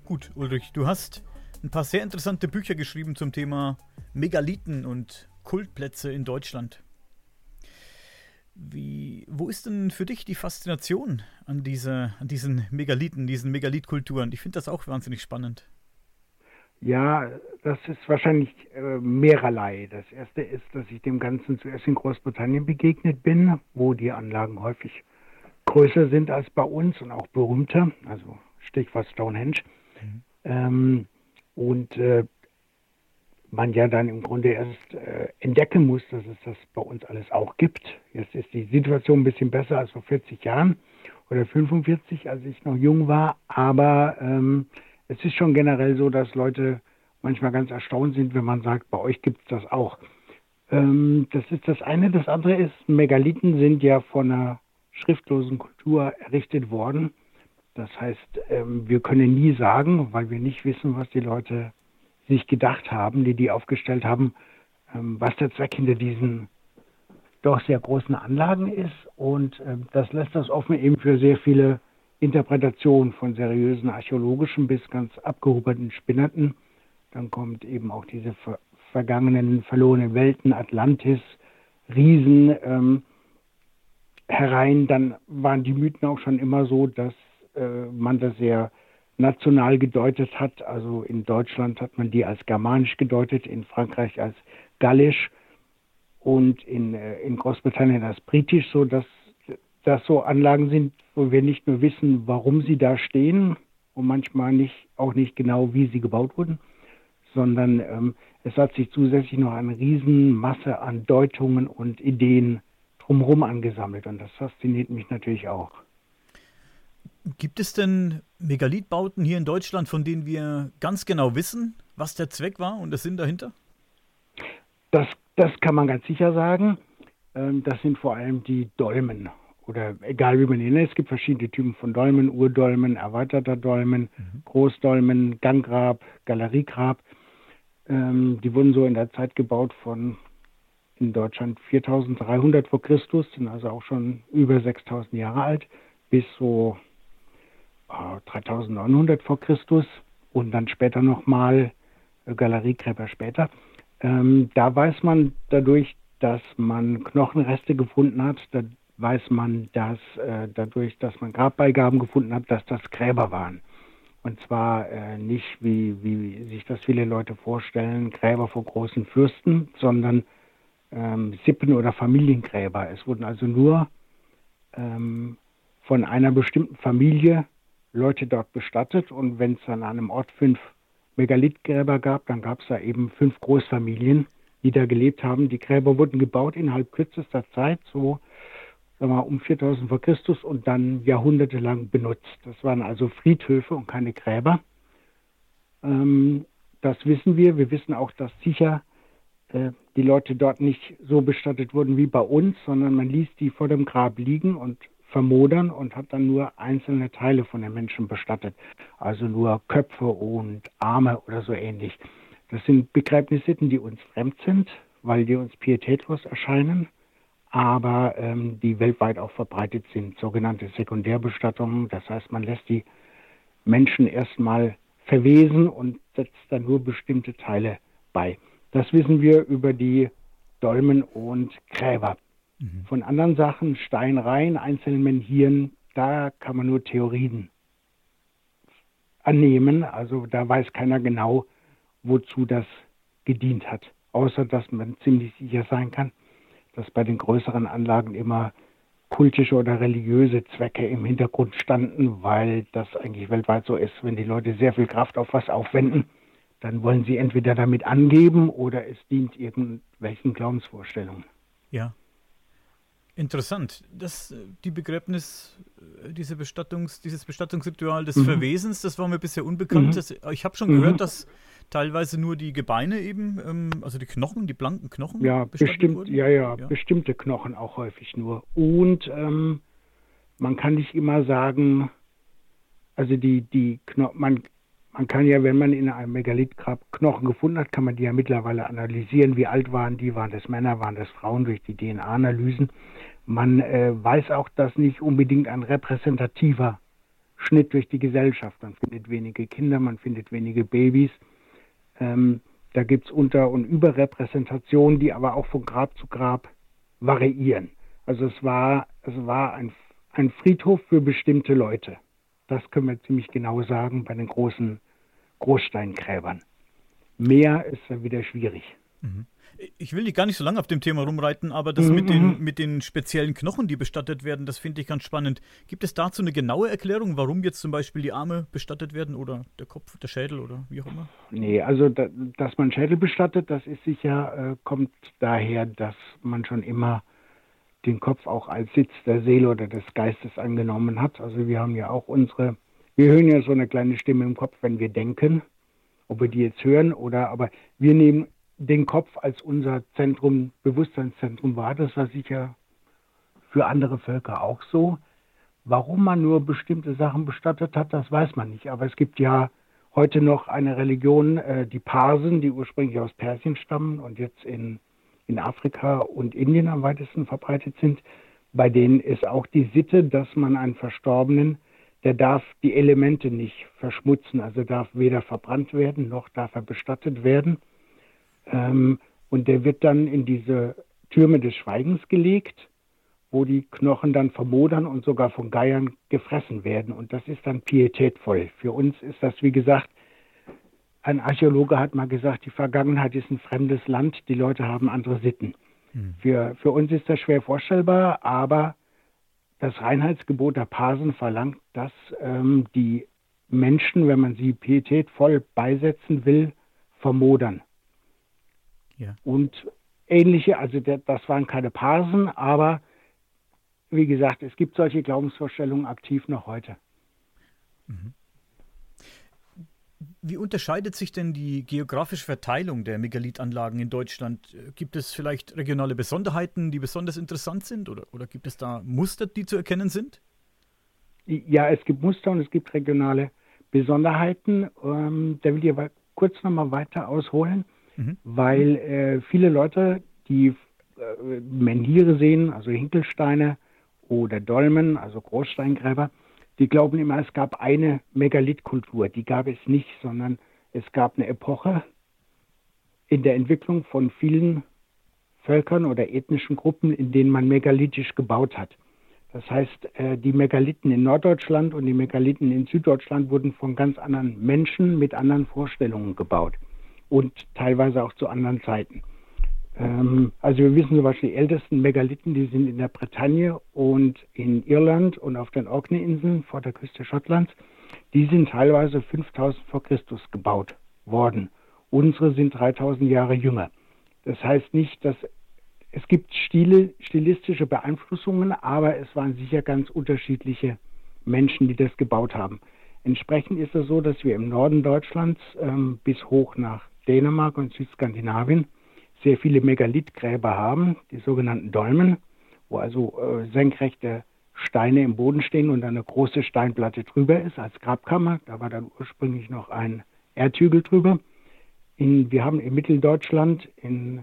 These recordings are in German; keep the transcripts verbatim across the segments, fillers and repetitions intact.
Gut, Ulrich, du hast ein paar sehr interessante Bücher geschrieben zum Thema Megalithen und Kultplätze in Deutschland. Wie, wo ist denn für dich die Faszination an, diese, an diesen Megalithen, diesen Megalithkulturen? Ich finde das auch wahnsinnig spannend. Ja, das ist wahrscheinlich äh, mehrerlei. Das erste ist, dass ich dem Ganzen zuerst in Großbritannien begegnet bin, wo die Anlagen häufig größer sind als bei uns und auch berühmter, also Stichwort Stonehenge. Mhm. Ähm, und äh, man ja dann im Grunde erst äh, entdecken muss, dass es das bei uns alles auch gibt. Jetzt ist die Situation ein bisschen besser als vor vierzig Jahren oder fünfundvierzig, als ich noch jung war, aber ähm, es ist schon generell so, dass Leute manchmal ganz erstaunt sind, wenn man sagt, bei euch gibt es das auch. Ähm, das ist das eine. Das andere ist, Megalithen sind ja von einer schriftlosen Kultur errichtet worden. Das heißt, ähm, wir können nie sagen, weil wir nicht wissen, was die Leute sich gedacht haben, die die aufgestellt haben, ähm, was der Zweck hinter diesen doch sehr großen Anlagen ist. Und ähm, das lässt das offen eben für sehr viele Interpretationen von seriösen archäologischen bis ganz abgehobelten Spinnerten. Dann kommt eben auch diese ver vergangenen verlorenen Welten, Atlantis, Riesen ähm, herein. Dann waren die Mythen auch schon immer so, dass äh, man das sehr national gedeutet hat. Also in Deutschland hat man die als germanisch gedeutet, in Frankreich als gallisch und in, äh, in Großbritannien als britisch, so dass das so Anlagen sind, wo wir nicht nur wissen, warum sie da stehen und manchmal nicht, auch nicht genau, wie sie gebaut wurden, sondern ähm, es hat sich zusätzlich noch eine Riesenmasse an Deutungen und Ideen drumherum angesammelt und das fasziniert mich natürlich auch. Gibt es denn Megalithbauten hier in Deutschland, von denen wir ganz genau wissen, was der Zweck war und der Sinn dahinter? Das, das kann man ganz sicher sagen. Ähm, das sind vor allem die Dolmen. Oder egal wie man ihn nennt, es gibt verschiedene Typen von Dolmen, Urdolmen, erweiterter Dolmen, mhm. Großdolmen, Ganggrab, Galeriegrab. Ähm, die wurden so in der Zeit gebaut von in Deutschland viertausenddreihundert vor Christus, sind also auch schon über sechstausend Jahre alt, bis so äh, dreitausendneunhundert vor Christus und dann später nochmal äh, Galeriegräber später. Ähm, da weiß man dadurch, dass man Knochenreste gefunden hat, da weiß man, dass äh, dadurch, dass man Grabbeigaben gefunden hat, dass das Gräber waren. Und zwar äh, nicht, wie, wie sich das viele Leute vorstellen, Gräber von großen Fürsten, sondern ähm, Sippen- oder Familiengräber. Es wurden also nur ähm, von einer bestimmten Familie Leute dort bestattet. Und wenn es an einem Ort fünf Megalithgräber gab, dann gab es da eben fünf Großfamilien, die da gelebt haben. Die Gräber wurden gebaut innerhalb kürzester Zeit, so sagen wir mal, um viertausend vor Christus und dann jahrhundertelang benutzt. Das waren also Friedhöfe und keine Gräber. Ähm, das wissen wir. Wir wissen auch, dass sicher äh, die Leute dort nicht so bestattet wurden wie bei uns, sondern man ließ die vor dem Grab liegen und vermodern und hat dann nur einzelne Teile von den Menschen bestattet. Also nur Köpfe und Arme oder so ähnlich. Das sind Begräbnissitten, die uns fremd sind, weil die uns pietätlos erscheinen, aber ähm, die weltweit auch verbreitet sind, sogenannte Sekundärbestattungen. Das heißt, man lässt die Menschen erstmal verwesen und setzt dann nur bestimmte Teile bei. Das wissen wir über die Dolmen und Gräber. Mhm. Von anderen Sachen, Steinreihen, einzelnen Menhiren, da kann man nur Theorien annehmen. Also da weiß keiner genau, wozu das gedient hat. Außer, dass man ziemlich sicher sein kann, dass bei den größeren Anlagen immer kultische oder religiöse Zwecke im Hintergrund standen, weil das eigentlich weltweit so ist. Wenn die Leute sehr viel Kraft auf was aufwenden, dann wollen sie entweder damit angeben oder es dient irgendwelchen Glaubensvorstellungen. Ja. Interessant. Das, die Begräbnis, diese Bestattungs, dieses Bestattungsritual des mhm. Verwesens, das war mir bisher unbekannt. Mhm. Das, ich habe schon mhm. gehört, dass teilweise nur die Gebeine eben, ähm, also die Knochen, die blanken Knochen ja, bestattet bestimmt, wurden. Ja, ja, ja, bestimmte Knochen auch häufig nur. Und ähm, man kann nicht immer sagen, also die, die Knochen, man, man kann ja, wenn man in einem Megalithgrab Knochen gefunden hat, kann man die ja mittlerweile analysieren, wie alt waren die, waren das Männer, waren das Frauen durch die D N A-Analysen. Man äh, weiß auch, dass nicht unbedingt ein repräsentativer Schnitt durch die Gesellschaft. Man findet wenige Kinder, man findet wenige Babys. Ähm, da gibt es Unter- und Überrepräsentationen, die aber auch von Grab zu Grab variieren. Also es war, es war ein, ein Friedhof für bestimmte Leute. Das können wir ziemlich genau sagen bei den großen Großsteingräbern. Mehr ist dann wieder schwierig. Mhm. Ich will nicht gar nicht so lange auf dem Thema rumreiten, aber das Mhm, mit den, mit den speziellen Knochen, die bestattet werden, das finde ich ganz spannend. Gibt es dazu eine genaue Erklärung, warum jetzt zum Beispiel die Arme bestattet werden oder der Kopf, der Schädel oder wie auch immer? Nee, also da, dass man Schädel bestattet, das ist sicher, äh, kommt daher, dass man schon immer den Kopf auch als Sitz der Seele oder des Geistes angenommen hat. Also wir haben ja auch unsere, wir hören ja so eine kleine Stimme im Kopf, wenn wir denken, ob wir die jetzt hören oder, aber wir nehmen den Kopf als unser Zentrum, Bewusstseinszentrum wahr. Das war sicher für andere Völker auch so. Warum man nur bestimmte Sachen bestattet hat, das weiß man nicht. Aber es gibt ja heute noch eine Religion, äh, die Parsen, die ursprünglich aus Persien stammen und jetzt in, in Afrika und Indien am weitesten verbreitet sind. Bei denen ist auch die Sitte, dass man einen Verstorbenen, der darf die Elemente nicht verschmutzen, also darf weder verbrannt werden, noch darf er bestattet werden. Ähm, und der wird dann in diese Türme des Schweigens gelegt, wo die Knochen dann vermodern und sogar von Geiern gefressen werden. Und das ist dann pietätvoll. Für uns ist das, wie gesagt, ein Archäologe hat mal gesagt, die Vergangenheit ist ein fremdes Land, die Leute haben andere Sitten. Hm. Für, für uns ist das schwer vorstellbar, aber das Reinheitsgebot der Parsen verlangt, dass ähm, die Menschen, wenn man sie pietätvoll beisetzen will, vermodern. Ja. Und ähnliche, also der, das waren keine Parsen, aber wie gesagt, es gibt solche Glaubensvorstellungen aktiv noch heute. Mhm. Wie unterscheidet sich denn die geografische Verteilung der Megalithanlagen in Deutschland? Gibt es vielleicht regionale Besonderheiten, die besonders interessant sind? Oder, oder gibt es da Muster, die zu erkennen sind? Ja, es gibt Muster und es gibt regionale Besonderheiten. Ähm, da will ich aber kurz noch mal weiter ausholen, mhm. weil äh, viele Leute, die äh, Menhire sehen, also Hinkelsteine oder Dolmen, also Großsteingräber, die glauben immer, es gab eine Megalithkultur. Die gab es nicht, sondern es gab eine Epoche in der Entwicklung von vielen Völkern oder ethnischen Gruppen, in denen man megalithisch gebaut hat. Das heißt, die Megalithen in Norddeutschland und die Megalithen in Süddeutschland wurden von ganz anderen Menschen mit anderen Vorstellungen gebaut und teilweise auch zu anderen Zeiten. Also wir wissen zum Beispiel, die ältesten Megalithen, die sind in der Bretagne und in Irland und auf den Orkney-Inseln vor der Küste Schottlands. Die sind teilweise fünftausend vor Christus gebaut worden. Unsere sind dreitausend Jahre jünger. Das heißt nicht, dass es gibt Stile, stilistische Beeinflussungen, aber es waren sicher ganz unterschiedliche Menschen, die das gebaut haben. Entsprechend ist es so, dass wir im Norden Deutschlands ähm, bis hoch nach Dänemark und Südskandinavien sehr viele Megalithgräber haben, die sogenannten Dolmen, wo also äh, senkrechte Steine im Boden stehen und eine große Steinplatte drüber ist als Grabkammer. Da war dann ursprünglich noch ein Erdhügel drüber. In, wir haben in Mitteldeutschland in,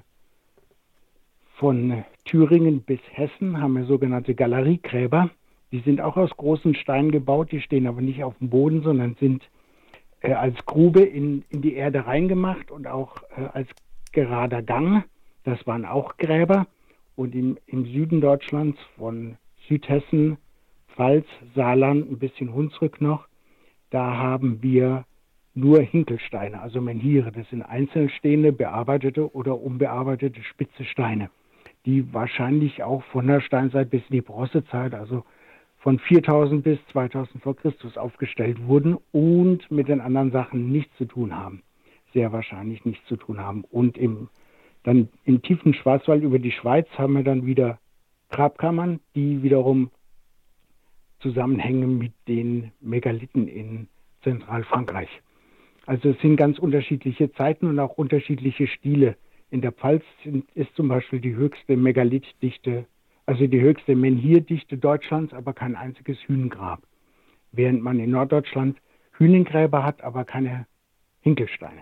von Thüringen bis Hessen haben wir sogenannte Galeriegräber. Die sind auch aus großen Steinen gebaut, die stehen aber nicht auf dem Boden, sondern sind äh, als Grube in, in die Erde reingemacht und auch äh, als gerader Gang. Das waren auch Gräber. Und im, im Süden Deutschlands von Südhessen, Pfalz, Saarland, ein bisschen Hunsrück noch, da haben wir nur Hinkelsteine, also Menhire. Das sind einzelstehende, bearbeitete oder unbearbeitete spitze Steine, die wahrscheinlich auch von der Steinzeit bis in die Bronzezeit, also von viertausend bis zweitausend vor Christus aufgestellt wurden und mit den anderen Sachen nichts zu tun haben. Sehr wahrscheinlich nichts zu tun haben. Und im, dann im tiefen Schwarzwald über die Schweiz haben wir dann wieder Grabkammern, die wiederum zusammenhängen mit den Megalithen in Zentralfrankreich. Also es sind ganz unterschiedliche Zeiten und auch unterschiedliche Stile. In der Pfalz sind, ist zum Beispiel die höchste Megalithdichte, also die höchste Menhirdichte Deutschlands, aber kein einziges Hünengrab. Während man in Norddeutschland Hünengräber hat, aber keine Hinkelsteine.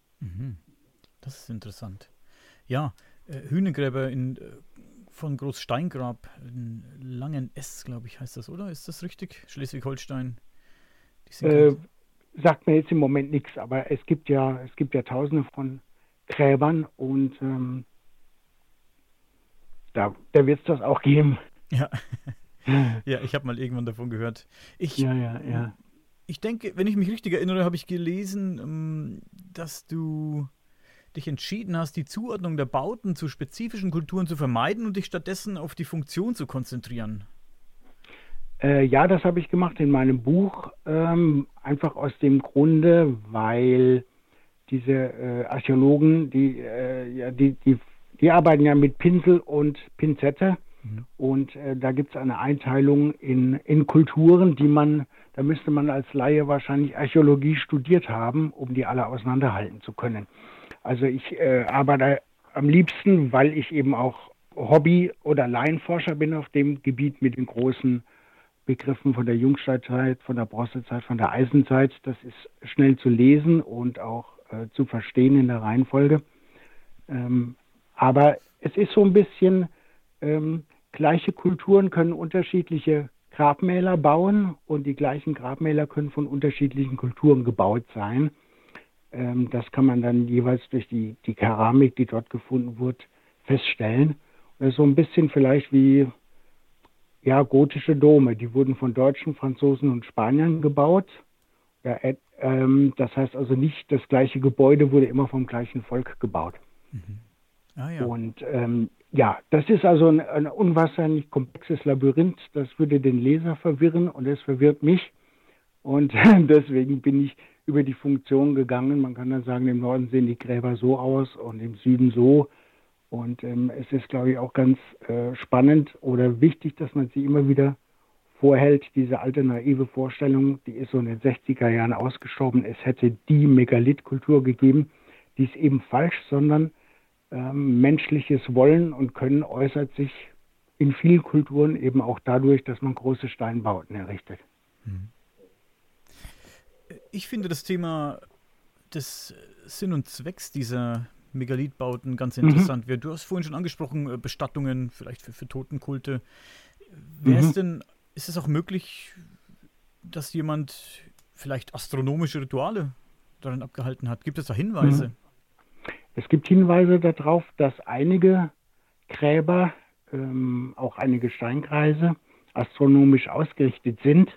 Das ist interessant. Ja, äh, Hünengräber in, äh, von Großsteingrab in Langen-S, glaube ich, heißt das, oder? Ist das richtig? Schleswig-Holstein. sind äh, sagt mir jetzt im Moment nichts, aber es gibt ja, es gibt ja Tausende von Gräbern und ähm, da, da wird es das auch geben. Ja, ja, ich habe mal irgendwann davon gehört. Ich, ja, ja, ja. Ich denke, wenn ich mich richtig erinnere, habe ich gelesen, dass du dich entschieden hast, die Zuordnung der Bauten zu spezifischen Kulturen zu vermeiden und dich stattdessen auf die Funktion zu konzentrieren. Äh, ja, das habe ich gemacht in meinem Buch, ähm, einfach aus dem Grunde, weil diese äh, Archäologen, die, äh, ja, die, die, die arbeiten ja mit Pinsel und Pinzette. Mhm. Und äh, da gibt es eine Einteilung in, in Kulturen, die man, da müsste man als Laie wahrscheinlich Archäologie studiert haben, um die alle auseinanderhalten zu können. Also ich äh, arbeite am liebsten, weil ich eben auch Hobby- oder Laienforscher bin auf dem Gebiet mit den großen Begriffen von der Jungsteinzeit, von der Bronzezeit, von der Eisenzeit. Das ist schnell zu lesen und auch äh, zu verstehen in der Reihenfolge. Ähm, aber es ist so ein bisschen, ähm, gleiche Kulturen können unterschiedliche Grabmäler bauen und die gleichen Grabmäler können von unterschiedlichen Kulturen gebaut sein. Ähm, das kann man dann jeweils durch die, die Keramik, die dort gefunden wird, feststellen. Das ist so ein bisschen vielleicht wie ja, gotische Dome. Die wurden von Deutschen, Franzosen und Spaniern gebaut. Ja, äh, ähm, das heißt also nicht, das gleiche Gebäude wurde immer vom gleichen Volk gebaut. Mhm. Ah, ja. Und ähm, ja, das ist also ein, ein unwahrscheinlich komplexes Labyrinth. Das würde den Leser verwirren und es verwirrt mich. Und deswegen bin ich über die Funktion gegangen. Man kann dann sagen, im Norden sehen die Gräber so aus und im Süden so. Und ähm, es ist, glaube ich, auch ganz äh, spannend oder wichtig, dass man sich immer wieder vorhält, diese alte naive Vorstellung, die ist so in den sechziger Jahren ausgestorben. Es hätte die Megalithkultur gegeben. Die ist eben falsch, sondern ähm, menschliches Wollen und Können äußert sich in vielen Kulturen eben auch dadurch, dass man große Steinbauten errichtet. Ich finde das Thema des Sinn und Zwecks dieser Megalithbauten ganz interessant. Mhm. Du hast vorhin schon angesprochen, Bestattungen, vielleicht für, für Totenkulte. Wäre es mhm. denn, ist es auch möglich, dass jemand vielleicht astronomische Rituale darin abgehalten hat? Gibt es da Hinweise? Mhm. Es gibt Hinweise darauf, dass einige Gräber, ähm, auch einige Steinkreise, astronomisch ausgerichtet sind.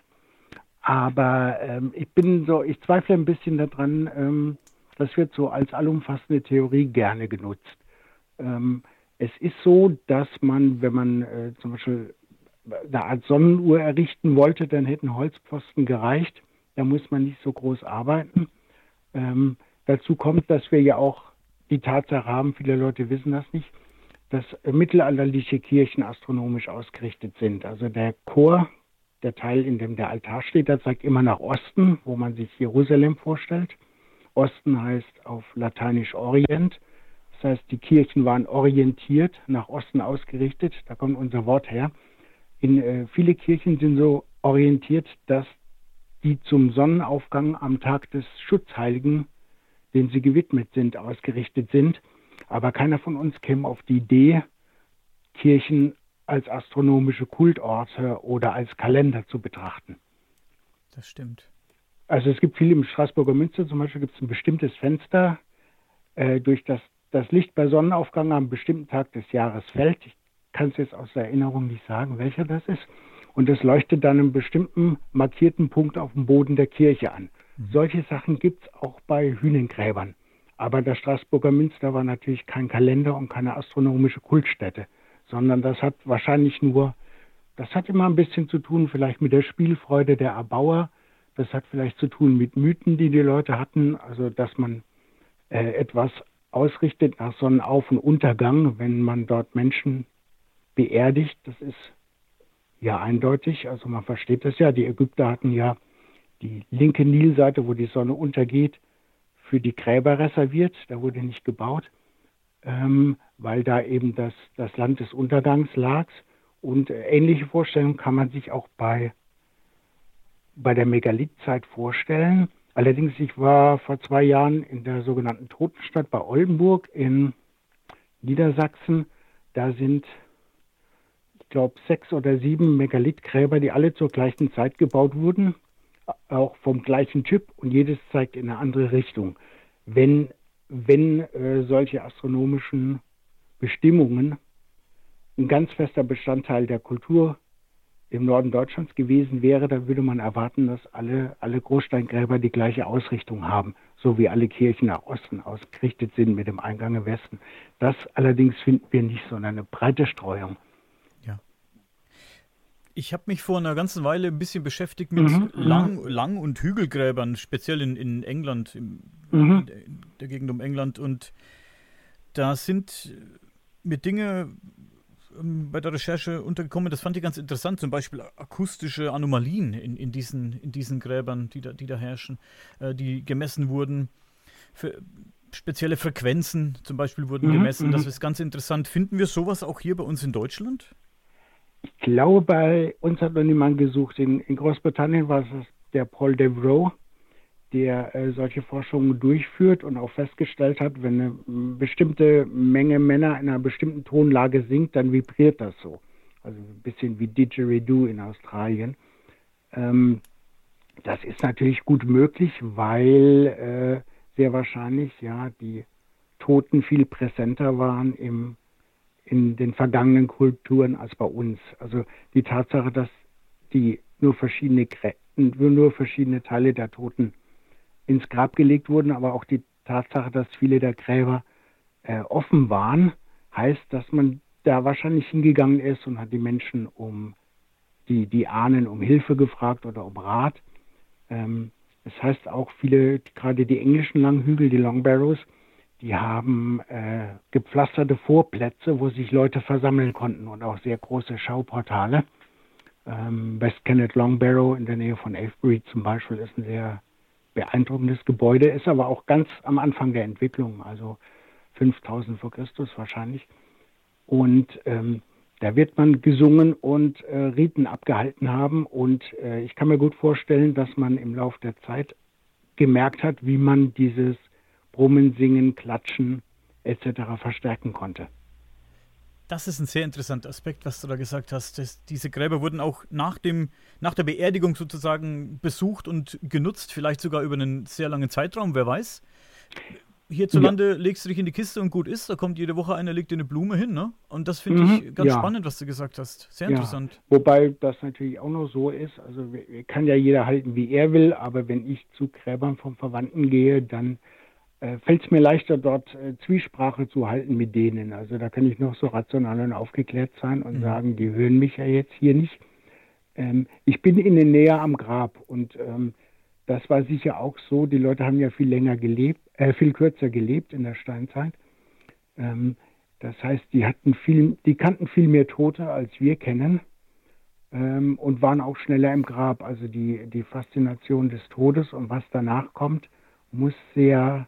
Aber ähm, ich bin so, ich zweifle ein bisschen daran, ähm, das wird so als allumfassende Theorie gerne genutzt. Ähm, es ist so, dass man, wenn man äh, zum Beispiel eine Art Sonnenuhr errichten wollte, dann hätten Holzpfosten gereicht. Da muss man nicht so groß arbeiten. Ähm, dazu kommt, dass wir ja auch die Tatsache haben, viele Leute wissen das nicht, dass mittelalterliche Kirchen astronomisch ausgerichtet sind. Also der Chor, der Teil, in dem der Altar steht, der zeigt immer nach Osten, wo man sich Jerusalem vorstellt. Osten heißt auf Lateinisch Orient. Das heißt, die Kirchen waren orientiert, nach Osten ausgerichtet. Da kommt unser Wort her. In, äh, viele Kirchen sind so orientiert, dass die zum Sonnenaufgang am Tag des Schutzheiligen, dem sie gewidmet sind, ausgerichtet sind. Aber keiner von uns käme auf die Idee, Kirchen als astronomische Kultorte oder als Kalender zu betrachten. Das stimmt. Also es gibt viel im Straßburger Münster, zum Beispiel gibt es ein bestimmtes Fenster, äh, durch das das Licht bei Sonnenaufgang am bestimmten Tag des Jahres fällt. Ich kann es jetzt aus der Erinnerung nicht sagen, welcher das ist. Und es leuchtet dann einen bestimmten markierten Punkt auf dem Boden der Kirche an. Mhm. Solche Sachen gibt es auch bei Hünengräbern. Aber das Straßburger Münster war natürlich kein Kalender und keine astronomische Kultstätte, sondern das hat wahrscheinlich nur, das hat immer ein bisschen zu tun vielleicht mit der Spielfreude der Erbauer. Das hat vielleicht zu tun mit Mythen, die die Leute hatten, also dass man äh, etwas ausrichtet nach Sonnenauf- und Untergang, wenn man dort Menschen beerdigt. Das ist ja eindeutig, also man versteht das ja. Die Ägypter hatten ja die linke Nilseite, wo die Sonne untergeht, für die Gräber reserviert. Da wurde nicht gebaut, ähm, weil da eben das, das Land des Untergangs lag. Und äh, ähnliche Vorstellungen kann man sich auch bei, bei der Megalithzeit vorstellen. Allerdings, ich war vor zwei Jahren in der sogenannten Totenstadt bei Oldenburg in Niedersachsen. Da sind, ich glaube, sechs oder sieben Megalithgräber, die alle zur gleichen Zeit gebaut wurden. auch vom gleichen Typ und jedes zeigt in eine andere Richtung. Wenn, wenn äh, solche astronomischen Bestimmungen ein ganz fester Bestandteil der Kultur im Norden Deutschlands gewesen wäre, dann würde man erwarten, dass alle, alle Großsteingräber die gleiche Ausrichtung haben, so wie alle Kirchen nach Osten ausgerichtet sind mit dem Eingang im Westen. Das allerdings finden wir nicht, sondern eine breite Streuung. Ja. Ich habe mich vor einer ganzen Weile ein bisschen beschäftigt mit Mhm, Lang-, Lang- und Hügelgräbern, speziell in, in England, im, Mhm. in der- in der Gegend um England. Und da sind mir Dinge ähm, bei der Recherche untergekommen, das fand ich ganz interessant, zum Beispiel akustische Anomalien in, in, diesen, in diesen Gräbern, die da, die da herrschen, äh, die gemessen wurden. Für spezielle Frequenzen zum Beispiel wurden Mhm, gemessen. Das mhm. ist ganz interessant. Finden wir sowas auch hier bei uns in Deutschland? Ich glaube, bei uns hat noch niemand gesucht. In, in Großbritannien war es der Paul Devereux, der äh, solche Forschungen durchführt und auch festgestellt hat, wenn eine m, bestimmte Menge Männer in einer bestimmten Tonlage singt, dann vibriert das so. Also ein bisschen wie Didgeridoo in Australien. Ähm, das ist natürlich gut möglich, weil äh, sehr wahrscheinlich ja die Toten viel präsenter waren im, in den vergangenen Kulturen als bei uns. Also die Tatsache, dass die nur verschiedene Grä nur, nur verschiedene Teile der Toten ins Grab gelegt wurden, aber auch die Tatsache, dass viele der Gräber äh, offen waren, heißt, dass man da wahrscheinlich hingegangen ist und hat die Menschen um die, die Ahnen um Hilfe gefragt oder um Rat. Ähm, das heißt auch viele, gerade die englischen Langhügel, die Long Barrows, die haben äh, gepflasterte Vorplätze, wo sich Leute versammeln konnten und auch sehr große Schauportale. Ähm, West Kennet Long Barrow in der Nähe von Avebury zum Beispiel ist ein sehr beeindruckendes Gebäude, ist aber auch ganz am Anfang der Entwicklung, also fünftausend vor Christus wahrscheinlich. Und ähm, da wird man gesungen und äh, Riten abgehalten haben. Und äh, ich kann mir gut vorstellen, dass man im Laufe der Zeit gemerkt hat, wie man dieses Brummen, Singen, Klatschen et cetera verstärken konnte. Das ist ein sehr interessanter Aspekt, was du da gesagt hast. Das, diese Gräber wurden auch nach, dem, nach der Beerdigung sozusagen besucht und genutzt, vielleicht sogar über einen sehr langen Zeitraum, wer weiß. Hierzulande ja. legst du dich in die Kiste und gut ist, da kommt jede Woche einer, legt dir eine Blume hin, ne? Und das finde Mhm, ich ganz ja. spannend, was du gesagt hast. Sehr ja. interessant. Wobei das natürlich auch noch so ist, also kann ja jeder halten, wie er will, aber wenn ich zu Gräbern von Verwandten gehe, dann äh, fällt es mir leichter, dort äh, Zwiesprache zu halten mit denen. Also da kann ich noch so rational und aufgeklärt sein und mhm. sagen, die hören mich ja jetzt hier nicht. Ähm, ich bin ihnen näher am Grab und ähm, das war sicher auch so. Die Leute haben ja viel länger gelebt, äh, viel kürzer gelebt in der Steinzeit. Ähm, das heißt, die hatten viel, die kannten viel mehr Tote, als wir kennen, ähm, und waren auch schneller im Grab. Also die, die Faszination des Todes und was danach kommt, muss sehr,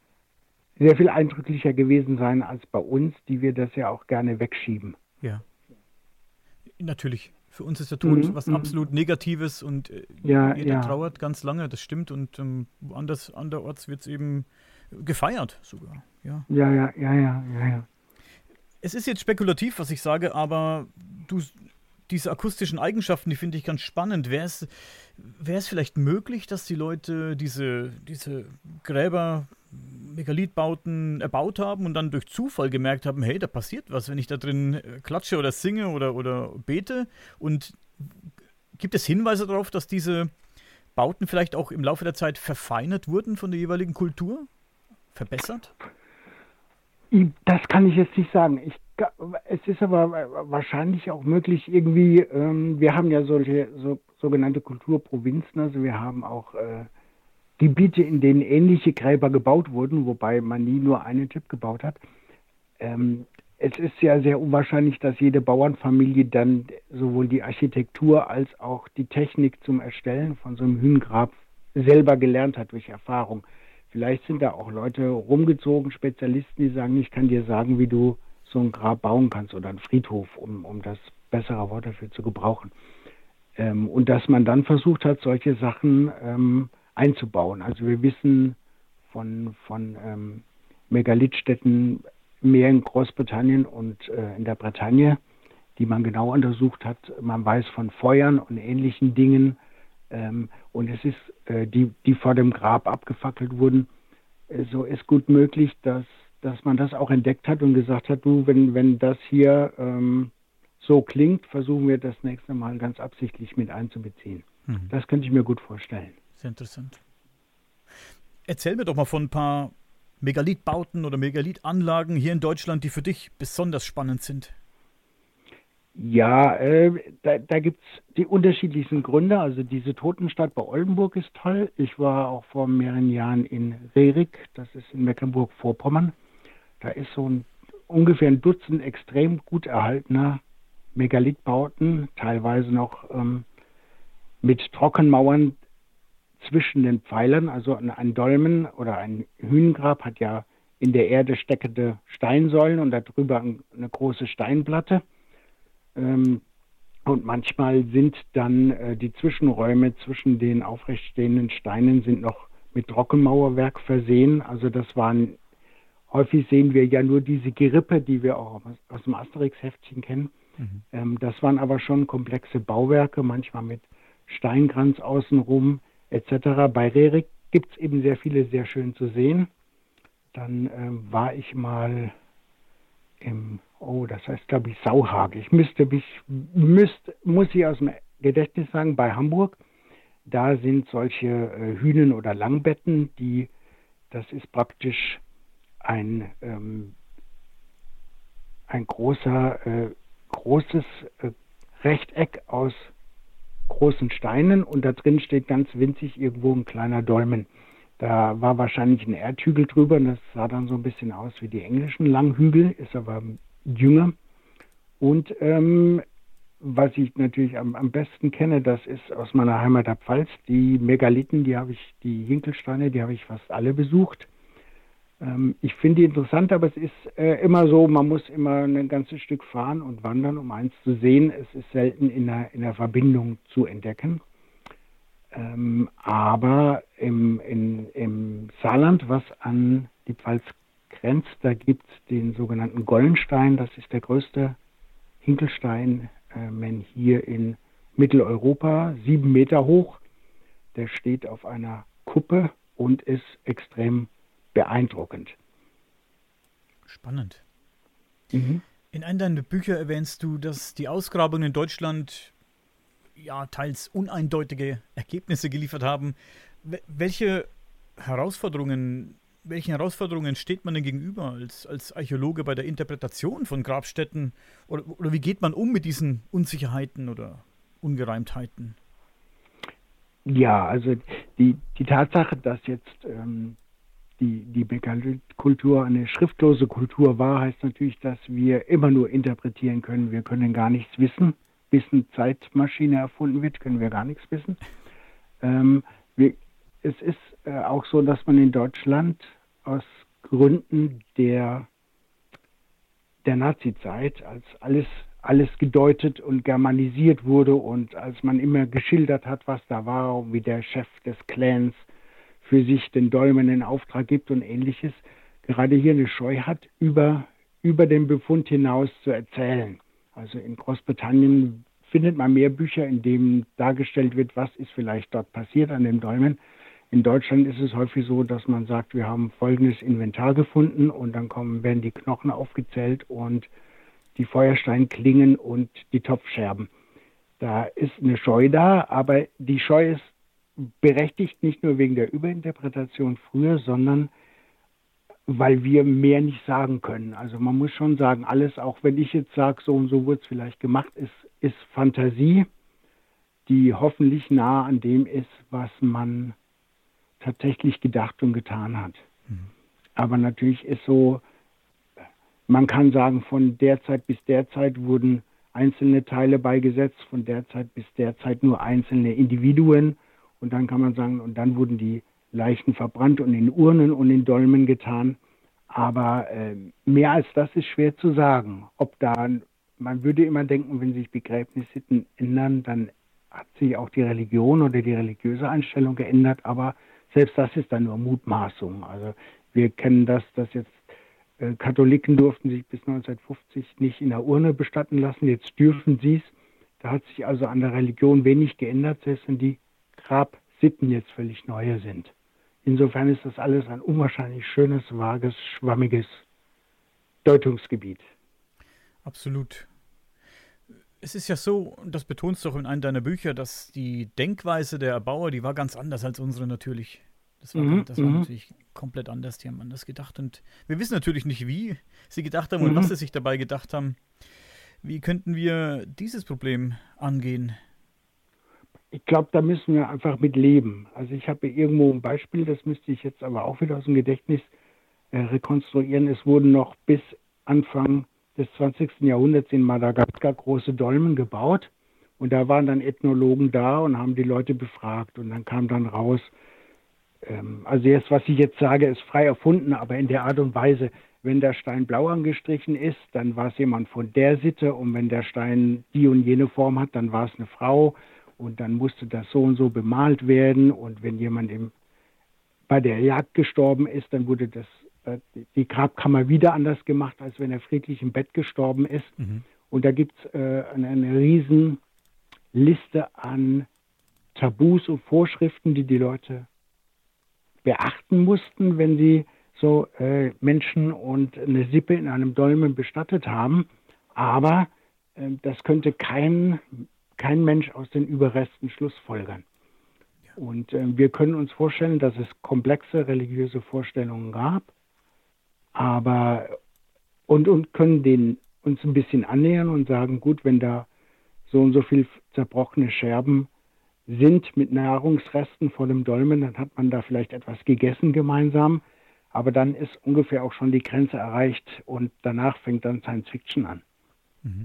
sehr viel eindrücklicher gewesen sein als bei uns, die wir das ja auch gerne wegschieben. Ja, natürlich. Für uns ist der Tod mhm, was mhm. absolut Negatives und äh, ja, jeder ja. trauert ganz lange, das stimmt. Und ähm, woanders, anderorts wird es eben gefeiert sogar. Ja. ja, ja, ja, ja, ja, ja. Es ist jetzt spekulativ, was ich sage, aber du, diese akustischen Eigenschaften, die finde ich ganz spannend. Wäre es, wäre es vielleicht möglich, dass die Leute diese, diese Gräber, Megalithbauten erbaut haben und dann durch Zufall gemerkt haben, hey, da passiert was, wenn ich da drin klatsche oder singe oder, oder bete? Und gibt es Hinweise darauf, dass diese Bauten vielleicht auch im Laufe der Zeit verfeinert wurden von der jeweiligen Kultur? Verbessert? Das kann ich jetzt nicht sagen. Ich, es ist aber wahrscheinlich auch möglich, irgendwie, ähm, wir haben ja solche so, sogenannte Kulturprovinzen, also wir haben auch äh, Gebiete, in denen ähnliche Gräber gebaut wurden, wobei man nie nur einen Typ gebaut hat. Ähm, es ist ja sehr unwahrscheinlich, dass jede Bauernfamilie dann sowohl die Architektur als auch die Technik zum Erstellen von so einem Hünengrab selber gelernt hat durch Erfahrung. Vielleicht sind da auch Leute rumgezogen, Spezialisten, die sagen, ich kann dir sagen, wie du so ein Grab bauen kannst oder einen Friedhof, um, um das bessere Wort dafür zu gebrauchen. Ähm, und dass man dann versucht hat, solche Sachen ähm, einzubauen. Also wir wissen von, von ähm, Megalithstätten mehr in Großbritannien und äh, in der Bretagne, die man genau untersucht hat. Man weiß von Feuern und ähnlichen Dingen, Ähm, und es ist, äh, die, die vor dem Grab abgefackelt wurden, äh, so ist gut möglich, dass, dass man das auch entdeckt hat und gesagt hat, du, wenn, wenn das hier ähm, so klingt, versuchen wir das nächste Mal ganz absichtlich mit einzubeziehen. Mhm. Das könnte ich mir gut vorstellen. Sehr interessant. Erzähl mir doch mal von ein paar Megalithbauten oder Megalithanlagen hier in Deutschland, die für dich besonders spannend sind. Ja, äh, da, da gibt es die unterschiedlichsten Gründe. Also diese Totenstadt bei Oldenburg ist toll. Ich war auch vor mehreren Jahren in Rerik, das ist in Mecklenburg-Vorpommern. Da ist so ein ungefähr ein Dutzend extrem gut erhaltener Megalithbauten, teilweise noch ähm, mit Trockenmauern zwischen den Pfeilern. Also ein, ein Dolmen oder ein Hünengrab hat ja in der Erde steckende Steinsäulen und darüber eine große Steinplatte. Ähm, und manchmal sind dann äh, die Zwischenräume zwischen den aufrechtstehenden Steinen sind noch mit Trockenmauerwerk versehen. Also das waren, häufig sehen wir ja nur diese Gerippe, die wir auch aus, aus dem Asterix-Heftchen kennen. Mhm. Ähm, das waren aber schon komplexe Bauwerke, manchmal mit Steinkranz außenrum et cetera. Bei Rerik gibt es eben sehr viele, sehr schön zu sehen. Dann ähm, war ich mal im, oh, das heißt, glaube ich, Sauhage. Ich müsste mich, müsste, muss ich aus dem Gedächtnis sagen, bei Hamburg, da sind solche äh, Hünen- oder Langbetten, die, das ist praktisch ein, ähm, ein großer, äh, großes äh, Rechteck aus großen Steinen und da drin steht ganz winzig irgendwo ein kleiner Dolmen. Da war wahrscheinlich ein Erdhügel drüber und das sah dann so ein bisschen aus wie die englischen Langhügel, ist aber jünger. Und ähm, was ich natürlich am, am besten kenne, das ist aus meiner Heimat der Pfalz, die Megalithen, die habe ich, die Hinkelsteine, die habe ich fast alle besucht. Ähm, ich finde die interessant, aber es ist äh, immer so, man muss immer ein ganzes Stück fahren und wandern, um eins zu sehen. Es ist selten in der, in der Verbindung zu entdecken. Ähm, aber im, in, im Saarland, was an die Pfalz grenzt, da gibt es den sogenannten Gollenstein. Das ist der größte Hinkelstein äh, hier in Mitteleuropa, sieben Meter hoch. Der steht auf einer Kuppe und ist extrem beeindruckend. Spannend. Mhm. In einem deiner Bücher erwähnst du, dass die Ausgrabungen in Deutschland ja teils uneindeutige Ergebnisse geliefert haben. Welche Herausforderungen, welchen Herausforderungen steht man denn gegenüber als, als Archäologe bei der Interpretation von Grabstätten? Oder, oder wie geht man um mit diesen Unsicherheiten oder Ungereimtheiten? Ja, also die, die Tatsache, dass jetzt ähm, die, die Megalithkultur eine schriftlose Kultur war, heißt natürlich, dass wir immer nur interpretieren können. Wir können gar nichts wissen. Bis eine Zeitmaschine erfunden wird, können wir gar nichts wissen. Ähm, wir, es ist äh, auch so, dass man in Deutschland aus Gründen der, der Nazizeit, als alles, alles gedeutet und germanisiert wurde und als man immer geschildert hat, was da war, wie der Chef des Clans für sich den Dolmen in Auftrag gibt und ähnliches, gerade hier eine Scheu hat, über, über den Befund hinaus zu erzählen. Also in Großbritannien findet man mehr Bücher, in denen dargestellt wird, was ist vielleicht dort passiert an dem Dolmen. In Deutschland ist es häufig so, dass man sagt, wir haben folgendes Inventar gefunden und dann kommen, werden die Knochen aufgezählt und die Feuersteinklingen und die Topfscherben. Da ist eine Scheu da, aber die Scheu ist berechtigt nicht nur wegen der Überinterpretation früher, sondern weil wir mehr nicht sagen können. Also man muss schon sagen, alles, auch wenn ich jetzt sage, so und so wurde es vielleicht gemacht, ist, ist Fantasie, die hoffentlich nah an dem ist, was man tatsächlich gedacht und getan hat. Mhm. Aber natürlich ist so, man kann sagen, von der Zeit bis der Zeit wurden einzelne Teile beigesetzt, von der Zeit bis der Zeit nur einzelne Individuen. Und dann kann man sagen, und dann wurden die Leichen verbrannt und in Urnen und in Dolmen getan. Aber äh, mehr als das ist schwer zu sagen. Ob da, man würde immer denken, wenn sich Begräbnissitten ändern, dann hat sich auch die Religion oder die religiöse Einstellung geändert. Aber selbst das ist dann nur Mutmaßung. Also wir kennen das, dass jetzt äh, Katholiken durften sich bis neunzehnhundertfünfzig nicht in der Urne bestatten lassen. Jetzt dürfen sie es. Da hat sich also an der Religion wenig geändert, selbst wenn die Grabsitten jetzt völlig neue sind. Insofern ist das alles ein unwahrscheinlich schönes, vages, schwammiges Deutungsgebiet. Absolut. Es ist ja so, und das betonst du auch in einem deiner Bücher, dass die Denkweise der Erbauer, die war ganz anders als unsere natürlich. Das war, Mhm, das war mhm. natürlich komplett anders, die haben anders gedacht. Und wir wissen natürlich nicht, wie sie gedacht haben und Mhm. was sie sich dabei gedacht haben. Wie könnten wir dieses Problem angehen? Ich glaube, da müssen wir einfach mit leben. Also ich habe irgendwo ein Beispiel, das müsste ich jetzt aber auch wieder aus dem Gedächtnis äh, rekonstruieren. Es wurden noch bis Anfang des zwanzigsten Jahrhunderts in Madagaskar große Dolmen gebaut. Und da waren dann Ethnologen da und haben die Leute befragt. Und dann kam dann raus, ähm, also jetzt, was ich jetzt sage, ist frei erfunden, aber in der Art und Weise, wenn der Stein blau angestrichen ist, dann war es jemand von der Sitte. Und wenn der Stein die und jene Form hat, dann war es eine Frau. Und dann musste das so und so bemalt werden. Und wenn jemand im, bei der Jagd gestorben ist, dann wurde das, äh, die Grabkammer wieder anders gemacht, als wenn er friedlich im Bett gestorben ist. Mhm. Und da gibt es äh, eine, eine riesen Liste an Tabus und Vorschriften, die die Leute beachten mussten, wenn sie so äh, Menschen und eine Sippe in einem Dolmen bestattet haben. Aber äh, das könnte kein, kein Mensch aus den Überresten schlussfolgern. Und äh, wir können uns vorstellen, dass es komplexe religiöse Vorstellungen gab, aber und, und können denen uns ein bisschen annähern und sagen, gut, wenn da so und so viel zerbrochene Scherben sind mit Nahrungsresten vor dem Dolmen, dann hat man da vielleicht etwas gegessen gemeinsam, aber dann ist ungefähr auch schon die Grenze erreicht und danach fängt dann Science Fiction an. Mhm.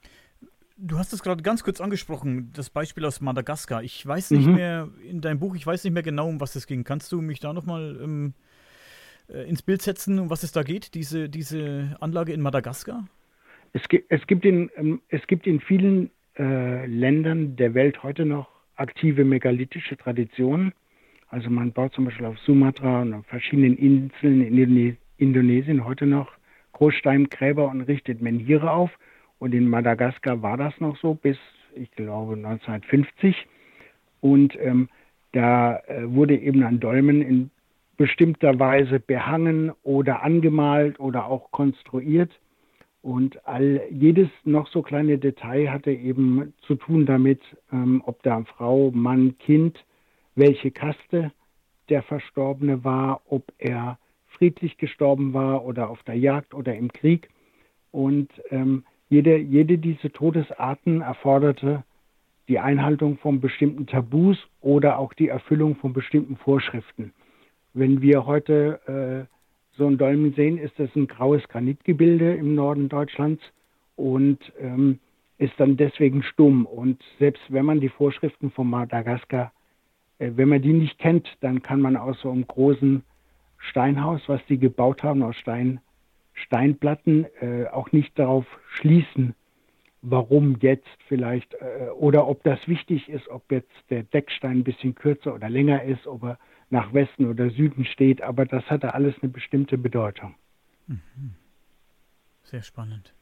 Du hast es gerade ganz kurz angesprochen, das Beispiel aus Madagaskar. Ich weiß nicht Mhm. mehr, in deinem Buch, ich weiß nicht mehr genau, um was es ging. Kannst du mich da nochmal ähm, äh, ins Bild setzen, um was es da geht, diese, diese Anlage in Madagaskar? Es gibt, es gibt, in, ähm, es gibt in vielen äh, Ländern der Welt heute noch aktive megalithische Traditionen. Also man baut zum Beispiel auf Sumatra und auf verschiedenen Inseln in Indone- Indonesien heute noch Großsteingräber und richtet Menhire auf. Und in Madagaskar war das noch so bis, ich glaube, neunzehnhundertfünfzig. Und ähm, da äh, wurde eben ein Dolmen in bestimmter Weise behangen oder angemalt oder auch konstruiert. Und all, jedes noch so kleine Detail hatte eben zu tun damit, ähm, ob da Frau, Mann, Kind, welche Kaste der Verstorbene war, ob er friedlich gestorben war oder auf der Jagd oder im Krieg. Und ähm, jede, jede dieser Todesarten erforderte die Einhaltung von bestimmten Tabus oder auch die Erfüllung von bestimmten Vorschriften. Wenn wir heute äh, so ein Dolmen sehen, ist das ein graues Granitgebilde im Norden Deutschlands und ähm, ist dann deswegen stumm. Und selbst wenn man die Vorschriften von Madagaskar, äh, wenn man die nicht kennt, dann kann man aus so einem großen Steinhaus, was die gebaut haben aus Stein, Steinplatten, äh, auch nicht darauf schließen, warum jetzt vielleicht äh, oder ob das wichtig ist, ob jetzt der Deckstein ein bisschen kürzer oder länger ist, ob er nach Westen oder Süden steht, aber das hatte alles eine bestimmte Bedeutung. Mhm. Sehr spannend.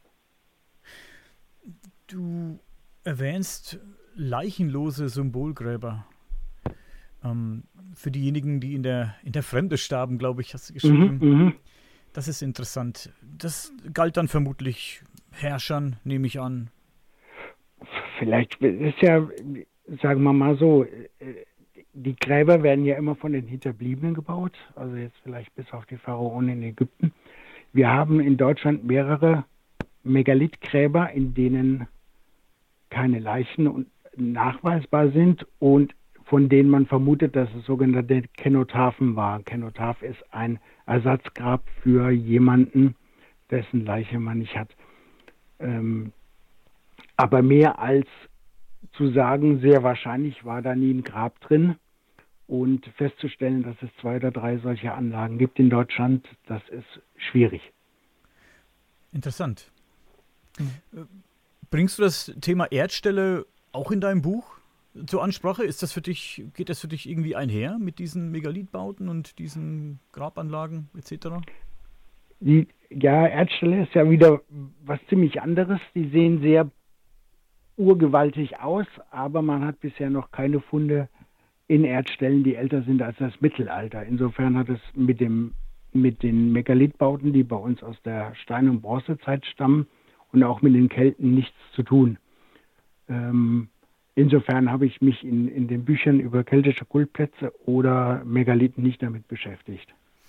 Du erwähnst leichenlose Symbolgräber. Ähm, für diejenigen, die in der, in der Fremde starben, glaube ich, hast du geschrieben. Mhm, mhm. Das ist interessant. Das galt dann vermutlich Herrschern, nehme ich an. Vielleicht ist ja, sagen wir mal so, die Gräber werden ja immer von den Hinterbliebenen gebaut, also jetzt vielleicht bis auf die Pharaonen in Ägypten. Wir haben in Deutschland mehrere Megalithgräber, in denen keine Leichen nachweisbar sind und von denen man vermutet, dass es sogenannte Kenotaphen waren. Kenotaph ist ein Ersatzgrab für jemanden, dessen Leiche man nicht hat. Ähm, aber mehr als zu sagen, sehr wahrscheinlich war da nie ein Grab drin. Und festzustellen, dass es zwei oder drei solche Anlagen gibt in Deutschland, das ist schwierig. Interessant. Mhm. Bringst du das Thema Erdstelle auch in deinem Buch zur Ansprache? Ist das für dich, geht das für dich irgendwie einher mit diesen Megalithbauten und diesen Grabanlagen et cetera? Die, ja, Erdstelle ist ja wieder was ziemlich anderes. Die sehen sehr urgewaltig aus, aber man hat bisher noch keine Funde in Erdstellen, die älter sind als das Mittelalter. Insofern hat es mit dem mit den Megalithbauten, die bei uns aus der Stein- und Bronzezeit stammen, und auch mit den Kelten nichts zu tun. Ähm, insofern habe ich mich in, in den Büchern über keltische Kultplätze oder Megalithen nicht damit beschäftigt.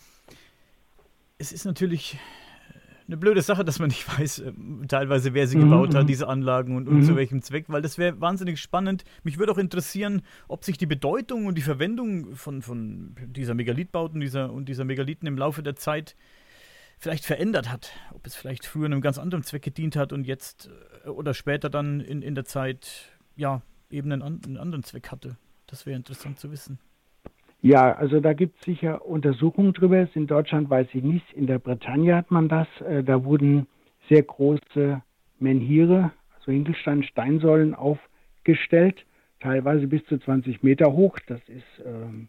Es ist natürlich eine blöde Sache, dass man nicht weiß, äh, teilweise, wer sie Mhm, gebaut hat, mhm. diese Anlagen, und, und zu Mhm. welchem Zweck, weil das wäre wahnsinnig spannend. Mich würde auch interessieren, ob sich die Bedeutung und die Verwendung von, von dieser Megalithbauten dieser, und dieser Megalithen im Laufe der Zeit vielleicht verändert hat. Ob es vielleicht früher einem ganz anderen Zweck gedient hat und jetzt äh, oder später dann in, in der Zeit ja eben einen, an, einen anderen Zweck hatte. Das wäre interessant zu wissen. Ja, also da gibt es sicher Untersuchungen drüber. In Deutschland weiß ich nicht. In der Bretagne hat man das. Äh, da wurden sehr große Menhire, also Hinkelstein-Steinsäulen aufgestellt, teilweise bis zu zwanzig Meter hoch. Das ist ähm,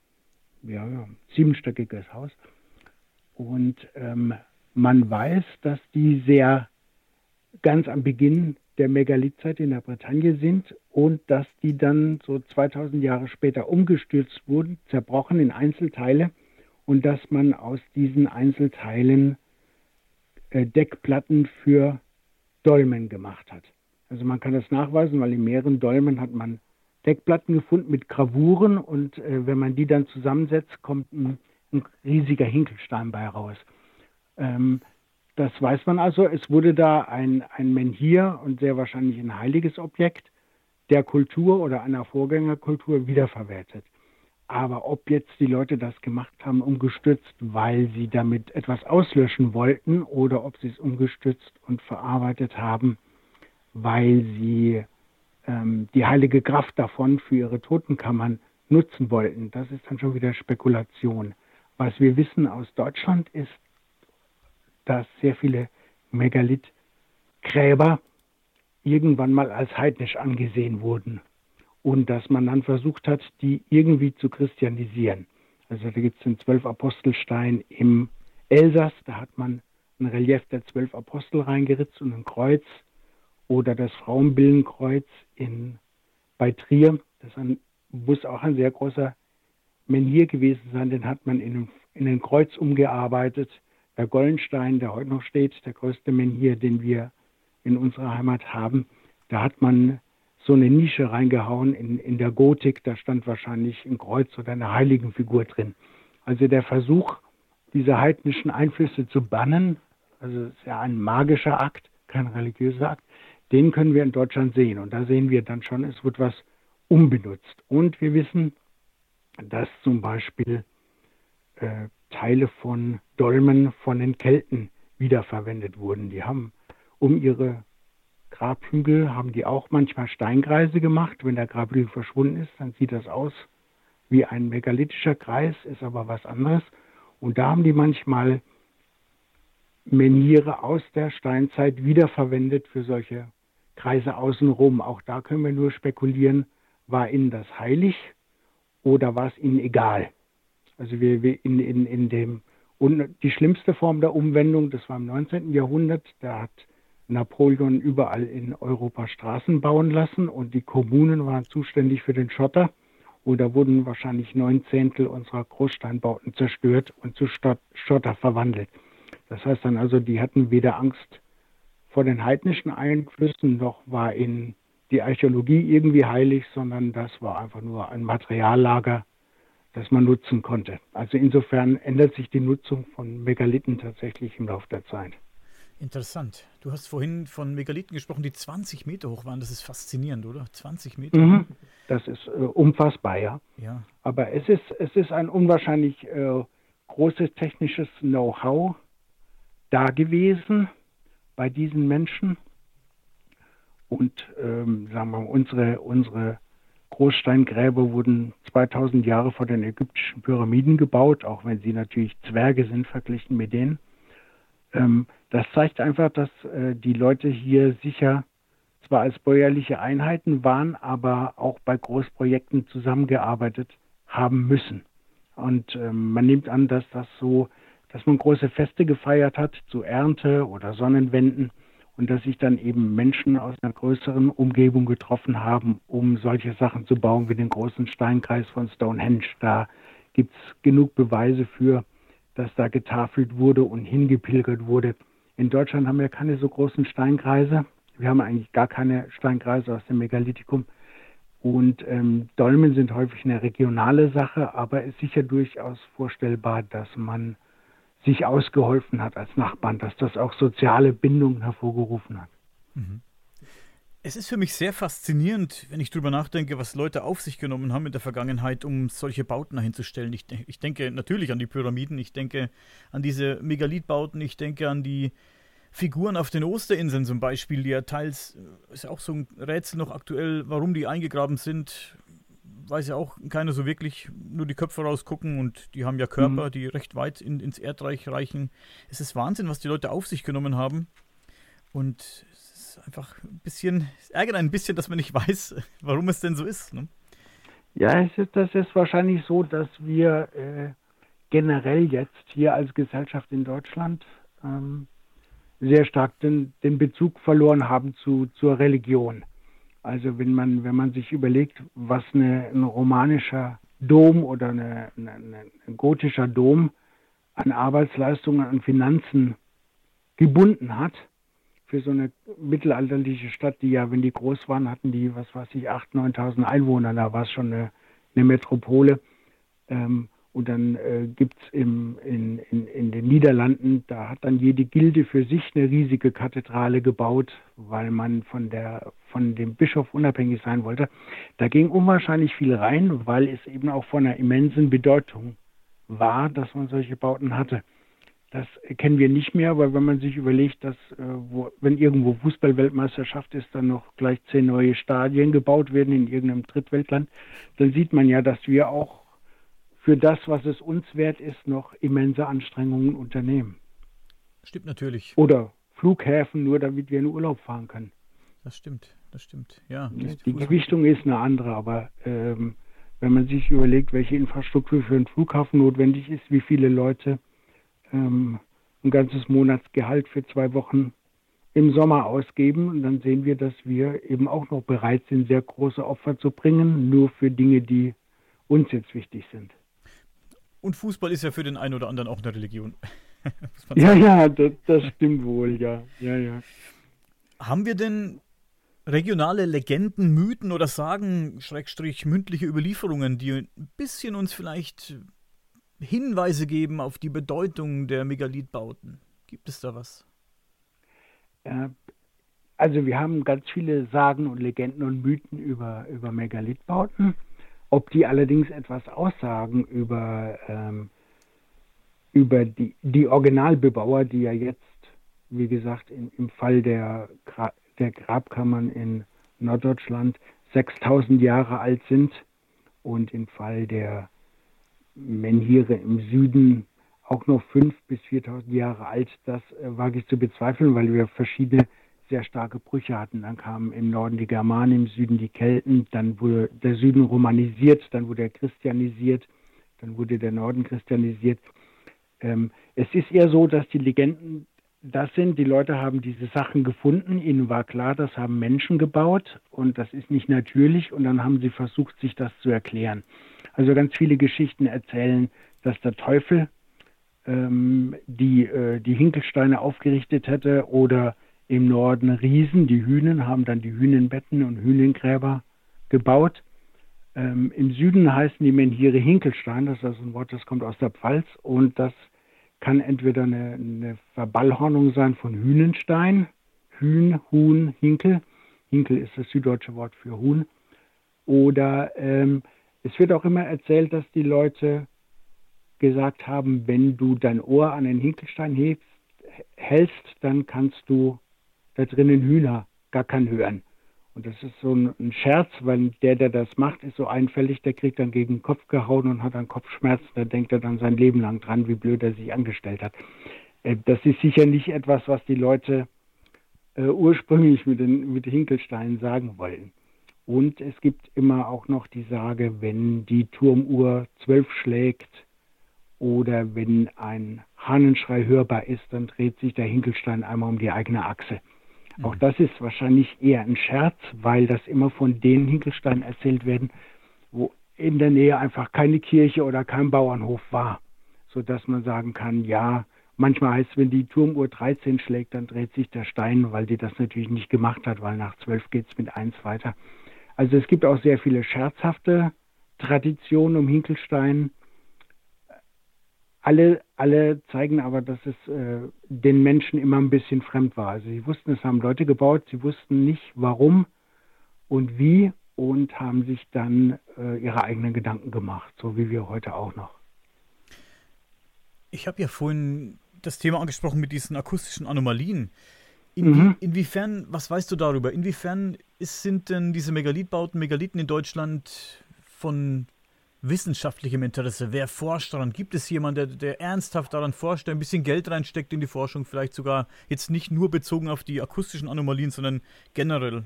ja, ja, ein siebenstöckiges Haus. Und ähm, man weiß, dass die sehr ganz am Beginn der Megalithzeit in der Bretagne sind und dass die dann so zweitausend Jahre später umgestürzt wurden, zerbrochen in Einzelteile, und dass man aus diesen Einzelteilen äh, Deckplatten für Dolmen gemacht hat. Also man kann das nachweisen, weil in mehreren Dolmen hat man Deckplatten gefunden mit Gravuren, und äh, wenn man die dann zusammensetzt, kommt ein, ein riesiger Hinkelstein bei raus. Ähm, Das weiß man also. Es wurde da ein, ein Menhir und sehr wahrscheinlich ein heiliges Objekt der Kultur oder einer Vorgängerkultur wiederverwertet. Aber ob jetzt die Leute das gemacht haben, umgestürzt, weil sie damit etwas auslöschen wollten, oder ob sie es umgestürzt und verarbeitet haben, weil sie ähm, die heilige Kraft davon für ihre Totenkammern nutzen wollten, das ist dann schon wieder Spekulation. Was wir wissen aus Deutschland ist, dass sehr viele Megalithgräber irgendwann mal als heidnisch angesehen wurden und dass man dann versucht hat, die irgendwie zu christianisieren. Also da gibt es den Zwölf-Apostelstein im Elsass, da hat man ein Relief der zwölf Apostel reingeritzt und ein Kreuz, oder das Frauenbillenkreuz in, bei Trier. Das ein, muss auch ein sehr großer Menhir gewesen sein, den hat man in, in ein Kreuz umgearbeitet. Der Gollenstein, der heute noch steht, der größte Menhir, den wir in unserer Heimat haben, da hat man so eine Nische reingehauen in, in der Gotik, da stand wahrscheinlich ein Kreuz oder eine Heiligenfigur drin. Also der Versuch, diese heidnischen Einflüsse zu bannen, also es ist ja ein magischer Akt, kein religiöser Akt, den können wir in Deutschland sehen. Und da sehen wir dann schon, es wird was umbenutzt. Und wir wissen, dass zum Beispiel äh, Teile von Dolmen von den Kelten wiederverwendet wurden. Die haben um ihre Grabhügel, haben die auch manchmal Steinkreise gemacht. Wenn der Grabhügel verschwunden ist, dann sieht das aus wie ein megalithischer Kreis, ist aber was anderes. Und da haben die manchmal Menhire aus der Steinzeit wiederverwendet für solche Kreise außenrum. Auch da können wir nur spekulieren, war ihnen das heilig oder war es ihnen egal? Also wir, wir in, in, in dem, und die schlimmste Form der Umwendung, das war im neunzehnten Jahrhundert, da hat Napoleon überall in Europa Straßen bauen lassen und die Kommunen waren zuständig für den Schotter. Und da wurden wahrscheinlich neun Zehntel unserer Großsteinbauten zerstört und zu Schotter verwandelt. Das heißt dann also, die hatten weder Angst vor den heidnischen Einflüssen, noch war ihnen die Archäologie irgendwie heilig, sondern das war einfach nur ein Materiallager, das man nutzen konnte. Also insofern ändert sich die Nutzung von Megalithen tatsächlich im Laufe der Zeit. Interessant. Du hast vorhin von Megalithen gesprochen, die zwanzig Meter hoch waren. Das ist faszinierend, oder? zwanzig Meter? Mhm. Das ist äh, unfassbar, ja. Ja. Aber es ist, es ist ein unwahrscheinlich äh, großes technisches Know-how da gewesen bei diesen Menschen. Und ähm, sagen wir mal, unsere, unsere Großsteingräber wurden zweitausend Jahre vor den ägyptischen Pyramiden gebaut, auch wenn sie natürlich Zwerge sind verglichen mit denen. Ähm, das zeigt einfach, dass äh, die Leute hier sicher zwar als bäuerliche Einheiten waren, aber auch bei Großprojekten zusammengearbeitet haben müssen. Und ähm, man nimmt an, dass das so, dass man große Feste gefeiert hat, zu Ernte oder Sonnenwenden, und dass sich dann eben Menschen aus einer größeren Umgebung getroffen haben, um solche Sachen zu bauen wie den großen Steinkreis von Stonehenge. Da gibt es genug Beweise für, dass da getafelt wurde und hingepilgert wurde. In Deutschland haben wir keine so großen Steinkreise. Wir haben eigentlich gar keine Steinkreise aus dem Megalithikum. Und ähm, Dolmen sind häufig eine regionale Sache, aber es ist sicher durchaus vorstellbar, dass man sich ausgeholfen hat als Nachbarn, dass das auch soziale Bindungen hervorgerufen hat. Mhm. Es ist für mich sehr faszinierend, wenn ich drüber nachdenke, was Leute auf sich genommen haben in der Vergangenheit, um solche Bauten hinzustellen. Ich, ich denke natürlich an die Pyramiden, ich denke an diese Megalithbauten, ich denke an die Figuren auf den Osterinseln zum Beispiel, die ja teils, ist ja auch so ein Rätsel noch aktuell, warum die eingegraben sind, weiß ja auch keiner so wirklich, nur die Köpfe rausgucken und die haben ja Körper, mhm. die recht weit in, ins Erdreich reichen. Es ist Wahnsinn, was die Leute auf sich genommen haben und es ist einfach ein bisschen, es ärgert ein bisschen, dass man nicht weiß, warum es denn so ist. Ne? Ja, es ist, das ist wahrscheinlich so, dass wir äh, generell jetzt hier als Gesellschaft in Deutschland ähm, sehr stark den, den Bezug verloren haben zu, zur Religion. Also wenn man, wenn man sich überlegt, was eine, ein romanischer Dom oder eine, eine, ein gotischer Dom an Arbeitsleistungen, an Finanzen gebunden hat, für so eine mittelalterliche Stadt, die ja, wenn die groß waren, hatten die, was weiß ich, achttausend, neuntausend Einwohner, da war es schon eine, eine Metropole. Ähm, Und dann äh, gibt es in, in, in den Niederlanden, da hat dann jede Gilde für sich eine riesige Kathedrale gebaut, weil man von, der, von dem Bischof unabhängig sein wollte. Da ging unwahrscheinlich viel rein, weil es eben auch von einer immensen Bedeutung war, dass man solche Bauten hatte. Das kennen wir nicht mehr, weil wenn man sich überlegt, dass äh, wo, wenn irgendwo Fußball-Weltmeisterschaft ist, dann noch gleich zehn neue Stadien gebaut werden in irgendeinem Drittweltland, dann sieht man ja, dass wir auch für das, was es uns wert ist, noch immense Anstrengungen unternehmen. Stimmt natürlich. Oder Flughäfen, nur damit wir in Urlaub fahren können. Das stimmt, das stimmt, ja. Die, die Gewichtung ist eine andere, aber ähm, wenn man sich überlegt, welche Infrastruktur für einen Flughafen notwendig ist, wie viele Leute ähm, ein ganzes Monatsgehalt für zwei Wochen im Sommer ausgeben, und dann sehen wir, dass wir eben auch noch bereit sind, sehr große Opfer zu bringen, nur für Dinge, die uns jetzt wichtig sind. Und Fußball ist ja für den einen oder anderen auch eine Religion. ja, ja, das, das stimmt wohl, ja. ja, ja. Haben wir denn regionale Legenden, Mythen oder Sagen, Schrägstrich mündliche Überlieferungen, die ein bisschen uns vielleicht Hinweise geben auf die Bedeutung der Megalithbauten? Gibt es da was? Ja, also wir haben ganz viele Sagen und Legenden und Mythen über, über Megalithbauten. Ob die allerdings etwas aussagen über, ähm, über die, die Originalbebauer, die ja jetzt, wie gesagt, in, im Fall der, Gra- der Grabkammern in Norddeutschland sechstausend Jahre alt sind und im Fall der Menhire im Süden auch noch fünftausend bis viertausend Jahre alt, das äh, wage ich zu bezweifeln, weil wir verschiedene sehr starke Brüche hatten. Dann kamen im Norden die Germanen, im Süden die Kelten, dann wurde der Süden romanisiert, dann wurde er christianisiert, dann wurde der Norden christianisiert. Ähm, es ist eher so, dass die Legenden das sind, die Leute haben diese Sachen gefunden, ihnen war klar, das haben Menschen gebaut und das ist nicht natürlich, und dann haben sie versucht, sich das zu erklären. Also ganz viele Geschichten erzählen, dass der Teufel ähm, die, äh, die Hinkelsteine aufgerichtet hätte, oder im Norden Riesen, die Hünen, haben dann die Hünenbetten und Hünengräber gebaut. Ähm, Im Süden heißen die Menhire Hinkelstein, das ist also ein Wort, das kommt aus der Pfalz, und das kann entweder eine, eine Verballhornung sein von Hünenstein, Hühn, Huhn, Hinkel. Hinkel ist das süddeutsche Wort für Huhn. Oder ähm, es wird auch immer erzählt, dass die Leute gesagt haben, wenn du dein Ohr an den Hinkelstein hebst, hältst, dann kannst du da drinnen Hühner gackern hören. Und das ist so ein, ein Scherz, weil der, der das macht, ist so einfällig, der kriegt dann gegen den Kopf gehauen und hat dann Kopfschmerzen. Da denkt er dann sein Leben lang dran, wie blöd er sich angestellt hat. Äh, das ist sicher nicht etwas, was die Leute äh, ursprünglich mit den, mit den Hinkelsteinen sagen wollen. Und es gibt immer auch noch die Sage, wenn die Turmuhr zwölf schlägt oder wenn ein Hahnenschrei hörbar ist, dann dreht sich der Hinkelstein einmal um die eigene Achse. Auch das ist wahrscheinlich eher ein Scherz, weil das immer von den Hinkelsteinen erzählt werden, wo in der Nähe einfach keine Kirche oder kein Bauernhof war, sodass man sagen kann, ja, manchmal heißt es, wenn die Turmuhr dreizehn schlägt, dann dreht sich der Stein, weil die das natürlich nicht gemacht hat, weil nach zwölf geht es mit eins weiter. Also es gibt auch sehr viele scherzhafte Traditionen um Hinkelstein. Alle, alle zeigen aber, dass es äh, den Menschen immer ein bisschen fremd war. Also sie wussten, es haben Leute gebaut, sie wussten nicht warum und wie und haben sich dann äh, ihre eigenen Gedanken gemacht, so wie wir heute auch noch. Ich habe ja vorhin das Thema angesprochen mit diesen akustischen Anomalien. Inwie, mhm. Inwiefern, was weißt du darüber? Inwiefern ist, sind denn diese Megalithbauten, Megalithen in Deutschland von wissenschaftlichem Interesse? Wer forscht daran? Gibt es jemanden, der, der ernsthaft daran forscht, der ein bisschen Geld reinsteckt in die Forschung, vielleicht sogar jetzt nicht nur bezogen auf die akustischen Anomalien, sondern generell?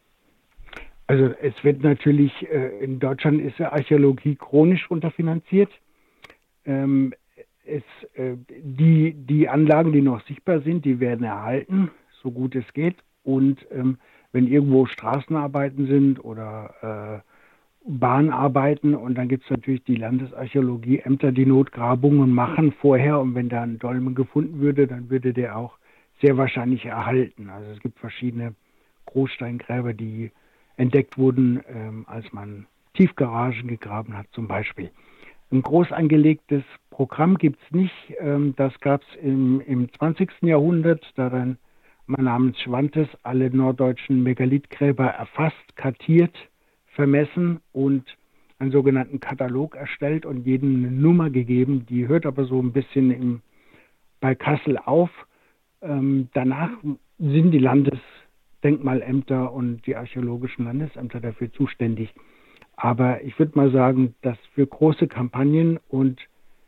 Also es wird natürlich, äh, in Deutschland ist ja Archäologie chronisch unterfinanziert. Ähm, es, äh, die, die Anlagen, die noch sichtbar sind, die werden erhalten, so gut es geht. Und ähm, wenn irgendwo Straßenarbeiten sind oder äh, Bahnarbeiten und dann gibt es natürlich die Landesarchäologieämter, die Notgrabungen machen vorher und wenn da ein Dolmen gefunden würde, dann würde der auch sehr wahrscheinlich erhalten. Also es gibt verschiedene Großsteingräber, die entdeckt wurden, ähm, als man Tiefgaragen gegraben hat zum Beispiel. Ein groß angelegtes Programm gibt es nicht. Ähm, das gab es im, im zwanzigsten Jahrhundert, da dann man namens Schwantes alle norddeutschen Megalithgräber erfasst, kartiert, vermessen und einen sogenannten Katalog erstellt und jedem eine Nummer gegeben. Die hört aber so ein bisschen im, bei Kassel auf. Ähm, danach sind die Landesdenkmalämter und die archäologischen Landesämter dafür zuständig. Aber ich würde mal sagen, dass für große Kampagnen und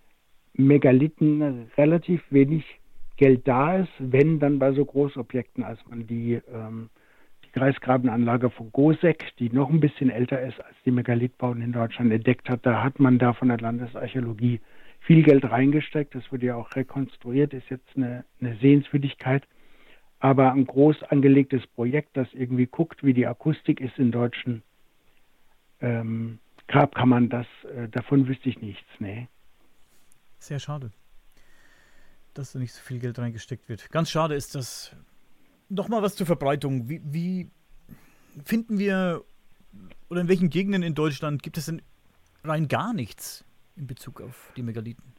Megalithen relativ wenig Geld da ist, wenn dann bei so Großobjekten, als man die ähm, Kreisgrabenanlage von Goseck, die noch ein bisschen älter ist als die Megalithbauten in Deutschland, entdeckt hat. Da hat man da von der Landesarchäologie viel Geld reingesteckt. Das wurde ja auch rekonstruiert, ist jetzt eine, eine Sehenswürdigkeit. Aber ein groß angelegtes Projekt, das irgendwie guckt, wie die Akustik ist in deutschen ähm, Grabkammern, das, äh, davon wüsste ich nichts. Nee. Sehr schade, dass da nicht so viel Geld reingesteckt wird. Ganz schade ist das. Noch mal was zur Verbreitung. Wie, wie finden wir, oder in welchen Gegenden in Deutschland gibt es denn rein gar nichts in Bezug auf die Megalithen?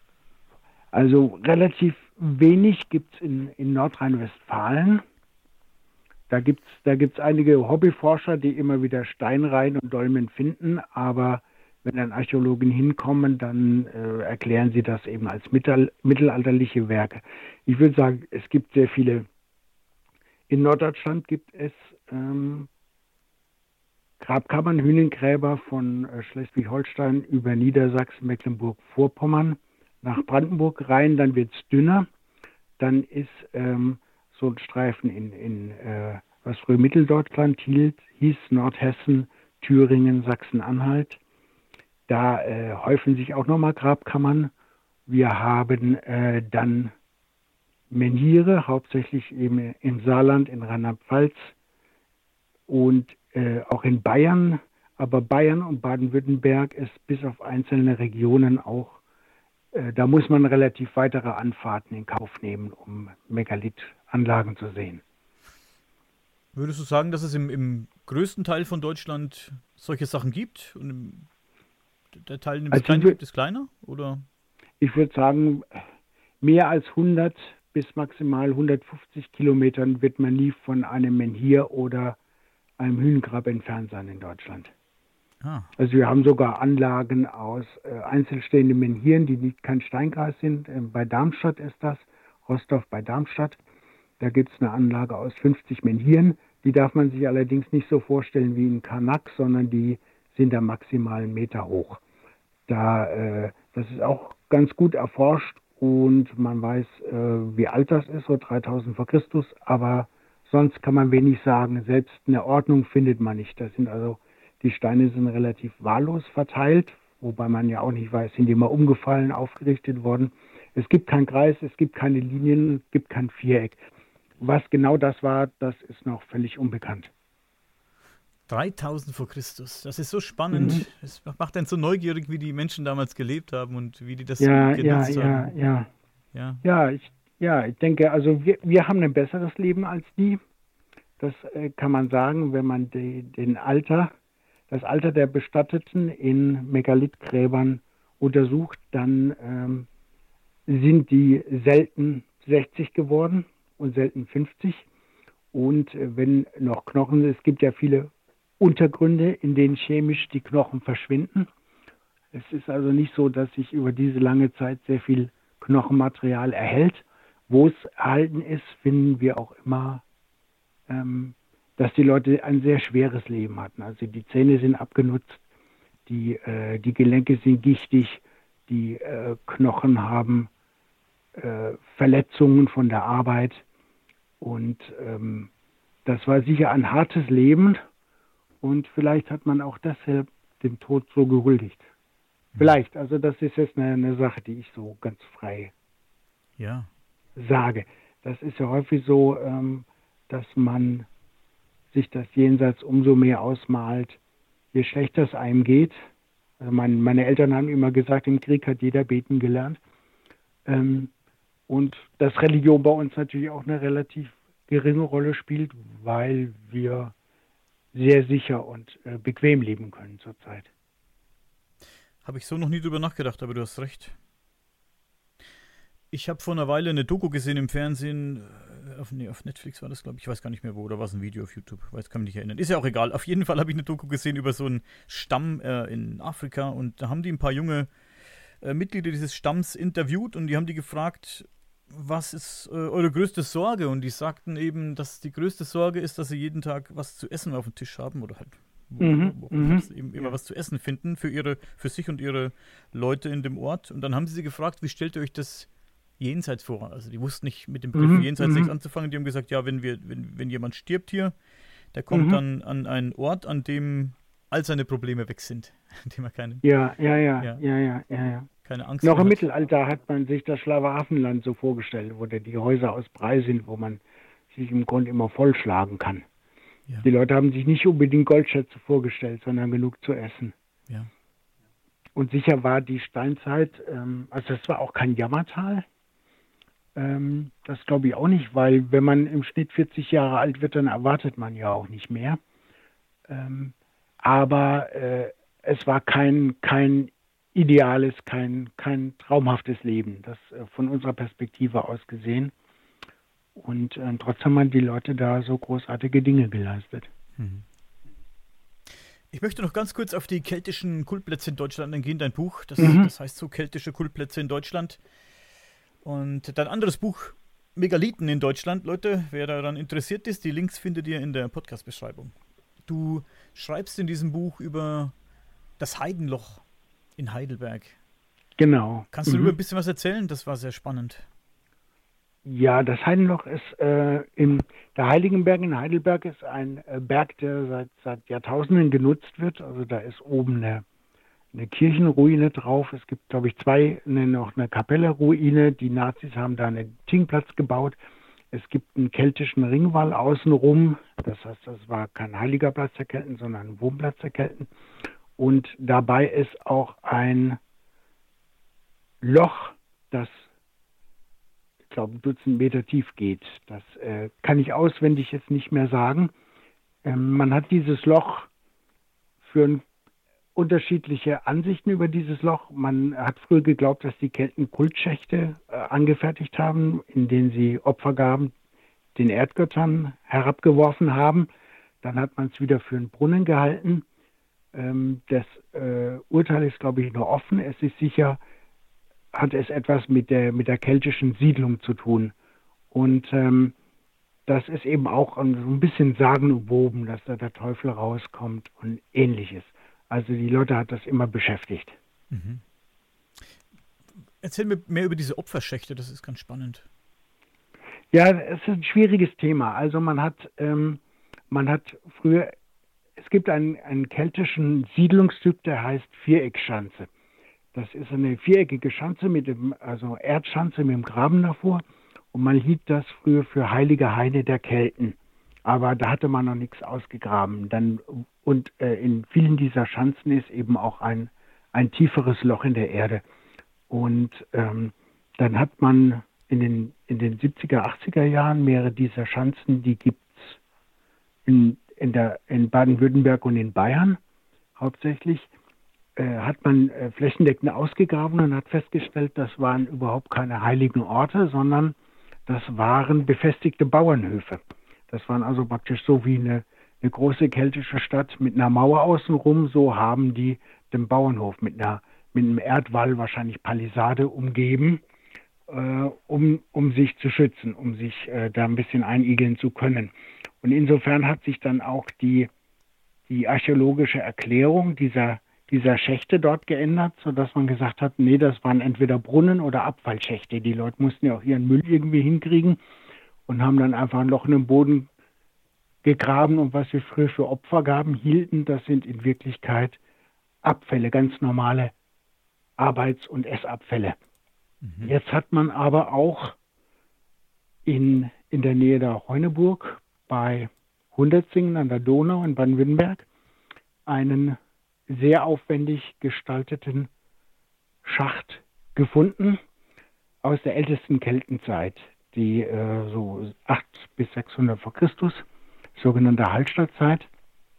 Also relativ wenig gibt es in, in Nordrhein-Westfalen. Da gibt es da gibt's einige Hobbyforscher, die immer wieder Steinreihen und Dolmen finden, aber wenn dann Archäologen hinkommen, dann äh, erklären sie das eben als mittel, mittelalterliche Werke. Ich würde sagen, es gibt sehr viele. In Norddeutschland gibt es ähm, Grabkammern, Hünengräber von äh, Schleswig-Holstein über Niedersachsen, Mecklenburg-Vorpommern nach Brandenburg rein, dann wird es dünner. Dann ist ähm, so ein Streifen in, in äh, was früher Mitteldeutschland hielt, hieß Nordhessen, Thüringen, Sachsen-Anhalt. Da äh, häufen sich auch nochmal Grabkammern. Wir haben äh, dann Menhire, hauptsächlich eben im Saarland, in Rheinland-Pfalz und äh, auch in Bayern. Aber Bayern und Baden-Württemberg ist bis auf einzelne Regionen auch, äh, da muss man relativ weitere Anfahrten in Kauf nehmen, um Megalithanlagen zu sehen. Würdest du sagen, dass es im, im größten Teil von Deutschland solche Sachen gibt? Und im, der Teil, in dem es kleiner gibt, ist kleiner? Oder? Ich würde sagen, mehr als hundert bis maximal hundertfünfzig Kilometern wird man nie von einem Menhir oder einem Hünengrab entfernt sein in Deutschland. Ah. Also wir haben sogar Anlagen aus äh, einzelstehenden Menhiren, die nicht kein Steinkreis sind. Ähm, bei Darmstadt ist das, Rostorf bei Darmstadt. Da gibt es eine Anlage aus fünfzig Menhiren. Die darf man sich allerdings nicht so vorstellen wie in Karnak, sondern die sind da maximal einen Meter hoch. Da, äh, das ist auch ganz gut erforscht. Und man weiß, äh, wie alt das ist, so dreitausend vor Christus, aber sonst kann man wenig sagen. Selbst eine Ordnung findet man nicht. Das sind also, die Steine sind relativ wahllos verteilt, wobei man ja auch nicht weiß, sind die mal umgefallen, aufgerichtet worden. Es gibt keinen Kreis, es gibt keine Linien, es gibt kein Viereck. was genau das war, das ist noch völlig unbekannt. dreitausend vor Christus. Das ist so spannend. Mhm. Es macht einen so neugierig, wie die Menschen damals gelebt haben und wie die das Ja, genutzt ja, haben. ja, ja. Ja, Ja, ich, ja, ich denke, also wir, wir haben ein besseres Leben als die. Das äh, kann man sagen, wenn man die, den Alter, das Alter der Bestatteten in Megalithgräbern untersucht, dann ähm, sind die selten sechzig geworden und selten fünfzig. Und äh, wenn noch Knochen, es gibt ja viele Untergründe, in denen chemisch die Knochen verschwinden. Es ist also nicht so, dass sich über diese lange Zeit sehr viel Knochenmaterial erhält. Wo es erhalten ist, finden wir auch immer, ähm, dass die Leute ein sehr schweres Leben hatten. Also die Zähne sind abgenutzt, die, äh, die Gelenke sind gichtig, die äh, Knochen haben äh, Verletzungen von der Arbeit. Und ähm, das war sicher ein hartes Leben. Und vielleicht hat man auch deshalb dem Tod so gehuldigt. Vielleicht, also das ist jetzt eine, eine Sache, die ich so ganz frei ja. sage. Das ist ja häufig so, ähm, dass man sich das Jenseits umso mehr ausmalt, je schlechter es einem geht. Also mein, meine Eltern haben immer gesagt, im Krieg hat jeder beten gelernt. Ähm, und dass Religion bei uns natürlich auch eine relativ geringe Rolle spielt, weil wir sehr sicher und äh, bequem leben können zurzeit. Habe ich so noch nie drüber nachgedacht, aber du hast recht. Ich habe vor einer Weile eine Doku gesehen im Fernsehen, auf, nee, auf Netflix war das, glaube ich, ich weiß gar nicht mehr wo, oder war es ein Video auf YouTube, weiß, kann mich nicht erinnern. Ist ja auch egal, auf jeden Fall habe ich eine Doku gesehen über so einen Stamm äh, in Afrika und da haben die ein paar junge äh, Mitglieder dieses Stamms interviewt und die haben die gefragt, was ist äh, eure größte Sorge? Und die sagten eben, dass die größte Sorge ist, dass sie jeden Tag was zu essen auf dem Tisch haben oder halt Mhm, wo, wo, mhm. eben immer Ja. was zu essen finden für ihre, für sich und ihre Leute in dem Ort. Und dann haben sie sie gefragt, wie stellt ihr euch das Jenseits vor? Also die wussten nicht mit dem Begriff Mhm, Jenseits mhm. nichts anzufangen. Die haben gesagt, ja, wenn wir, wenn, wenn jemand stirbt hier, der kommt Mhm. dann an einen Ort, an dem all seine Probleme weg sind, an dem er keine, Ja, ja, ja, Ja. ja, ja, ja, ja. keine Angst Noch mehr im hat. Mittelalter hat man sich das Schlawafenland so vorgestellt, wo da die Häuser aus Brei sind, wo man sich im Grunde immer vollschlagen kann. Ja. Die Leute haben sich nicht unbedingt Goldschätze vorgestellt, sondern genug zu essen. Ja. Und sicher war die Steinzeit, ähm, also das war auch kein Jammertal. Ähm, das glaube ich auch nicht, weil wenn man im Schnitt vierzig Jahre alt wird, dann erwartet man ja auch nicht mehr. Ähm, aber äh, es war kein, kein ideales, kein, kein traumhaftes Leben, das äh, von unserer Perspektive aus gesehen. Und äh, trotzdem haben die Leute da so großartige Dinge geleistet. Mhm. Ich möchte noch ganz kurz auf die keltischen Kultplätze in Deutschland eingehen. Dein Buch, das, Mhm. das heißt so keltische Kultplätze in Deutschland. Und dein anderes Buch, Megalithen in Deutschland. Leute, wer daran interessiert ist, die Links findet ihr in der Podcast-Beschreibung. Du schreibst in diesem Buch über das Heidenloch in Heidelberg. Genau. Kannst du Mhm. darüber ein bisschen was erzählen? Das war sehr spannend. Ja, das Heidenloch ist äh, im der Heiligenberg in Heidelberg ist ein äh, Berg, der seit, seit Jahrtausenden genutzt wird. Also da ist oben eine, eine Kirchenruine drauf. Es gibt, glaube ich, zwei, eine, noch eine Kapelleruine. Die Nazis haben da einen Tingplatz gebaut. Es gibt einen keltischen Ringwall außenrum. Das heißt, das war kein heiliger Platz der Kelten, sondern ein Wohnplatz der Kelten. Und dabei ist auch ein Loch, das ich glaube, ein Dutzend Meter tief geht. Das äh, kann ich auswendig jetzt nicht mehr sagen. Ähm, man hat dieses Loch für unterschiedliche Ansichten über dieses Loch. Man hat früher geglaubt, dass die Kelten Kultschächte äh, angefertigt haben, in denen sie Opfergaben den Erdgöttern herabgeworfen haben. Dann hat man es wieder für einen Brunnen gehalten. Ähm, das äh, Urteil ist, glaube ich, noch offen. Es ist sicher, hat es etwas mit der, mit der keltischen Siedlung zu tun. Und ähm, das ist eben auch so ein bisschen sagenumwoben, dass da der Teufel rauskommt und ähnliches. Also die Leute hat das immer beschäftigt. Mhm. Erzähl mir mehr über diese Opferschächte, das ist ganz spannend. Ja, es ist ein schwieriges Thema. Also man hat, ähm, man hat früher, es gibt einen, einen keltischen Siedlungstyp, der heißt Viereckschanze. Das ist eine viereckige Schanze mit dem, also Erdschanze mit dem Graben davor. und man hielt das früher für heilige Haine der Kelten. Aber da hatte man noch nichts ausgegraben. Dann, und äh, in vielen dieser Schanzen ist eben auch ein, ein tieferes Loch in der Erde. Und ähm, dann hat man in den, in den siebziger, achtziger Jahren mehrere dieser Schanzen, die gibt es in, in, der, in Baden-Württemberg und in Bayern hauptsächlich, äh, hat man äh, flächendeckend ausgegraben und hat festgestellt, das waren überhaupt keine heiligen Orte, sondern das waren befestigte Bauernhöfe. Das waren also praktisch so wie eine, eine große keltische Stadt mit einer Mauer außenrum, so haben die den Bauernhof mit einer mit einem Erdwall, wahrscheinlich Palisade, umgeben, äh, um, um sich zu schützen, um sich äh, da ein bisschen einigeln zu können. Und insofern hat sich dann auch die, die archäologische Erklärung dieser, dieser Schächte dort geändert, sodass man gesagt hat, nee, das waren entweder Brunnen oder Abfallschächte. Die Leute mussten ja auch ihren Müll irgendwie hinkriegen und haben dann einfach ein Loch in den Boden gegraben, und was wir früher für Opfergaben hielten, das sind in Wirklichkeit Abfälle, ganz normale Arbeits- und Essabfälle. Mhm. Jetzt hat man aber auch in, in der Nähe der Heuneburg bei Hundertzingen an der Donau in Baden-Württemberg einen sehr aufwendig gestalteten Schacht gefunden aus der ältesten Keltenzeit, die äh, so achthundert bis sechshundert vor Christus, sogenannte Hallstattzeit.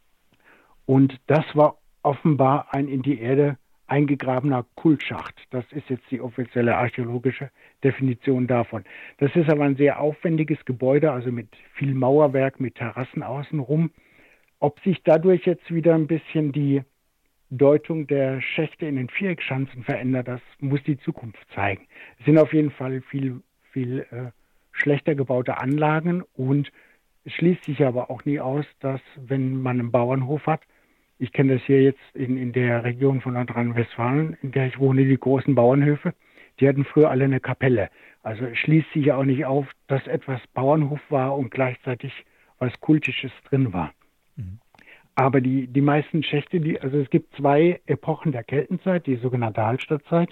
Und das war offenbar ein in die Erde eingegrabener Kultschacht. Das ist jetzt die offizielle archäologische Definition davon. Das ist aber ein sehr aufwendiges Gebäude, also mit viel Mauerwerk, mit Terrassen außenrum. Ob sich dadurch jetzt wieder ein bisschen die Deutung der Schächte in den Viereckschanzen verändert, das muss die Zukunft zeigen. Es sind auf jeden Fall viel, viel äh, schlechter gebaute Anlagen, und es schließt sich aber auch nie aus, dass, wenn man einen Bauernhof hat, ich kenne das hier jetzt in, in der Region von Nordrhein-Westfalen, in der ich wohne, die großen Bauernhöfe, die hatten früher alle eine Kapelle. Also es schließt sich auch nicht auf, dass etwas Bauernhof war und gleichzeitig was Kultisches drin war. Mhm. Aber die, die meisten Schächte, die, also es gibt zwei Epochen der Keltenzeit, die sogenannte Hallstattzeit,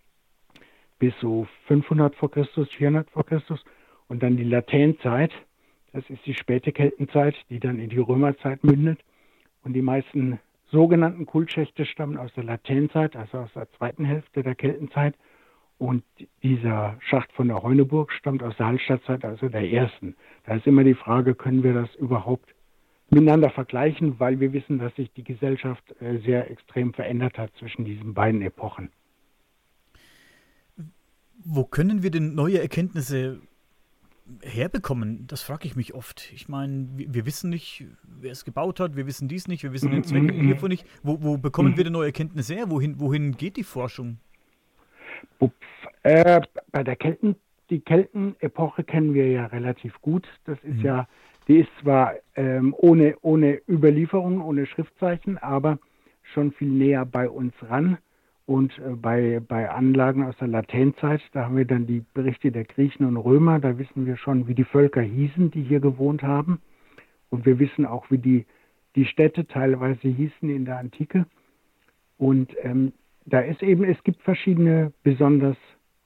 bis so fünfhundert vor Christus, vierhundert vor Christus, und dann die Latènezeit, das ist die späte Keltenzeit, die dann in die Römerzeit mündet. Und die meisten sogenannten Kultschächte stammen aus der Latènezeit, also aus der zweiten Hälfte der Keltenzeit. Und dieser Schacht von der Heuneburg stammt aus der Hallstattzeit, also der ersten. Da ist immer die Frage, können wir das überhaupt miteinander vergleichen, weil wir wissen, dass sich die Gesellschaft äh, sehr extrem verändert hat zwischen diesen beiden Epochen. Wo können wir denn neue Erkenntnisse herbekommen? Das frage ich mich oft. Ich meine, wir, wir wissen nicht, wer es gebaut hat, wir wissen dies nicht, wir wissen den Zweck hiervon nicht. Wo, wo bekommen wir denn neue Erkenntnisse her? Wohin, wohin geht die Forschung? Ups, äh, bei der Kelten, die Keltenepoche kennen wir ja relativ gut. Das ist mhm. ja, die ist zwar ähm, ohne, ohne Überlieferung, ohne Schriftzeichen, aber schon viel näher bei uns ran. Und äh, bei, bei Anlagen aus der Latènezeit, da haben wir dann die Berichte der Griechen und Römer, da wissen wir schon, wie die Völker hießen, die hier gewohnt haben. Und wir wissen auch, wie die, die Städte teilweise hießen in der Antike. Und ähm, da ist eben, es gibt verschiedene besonders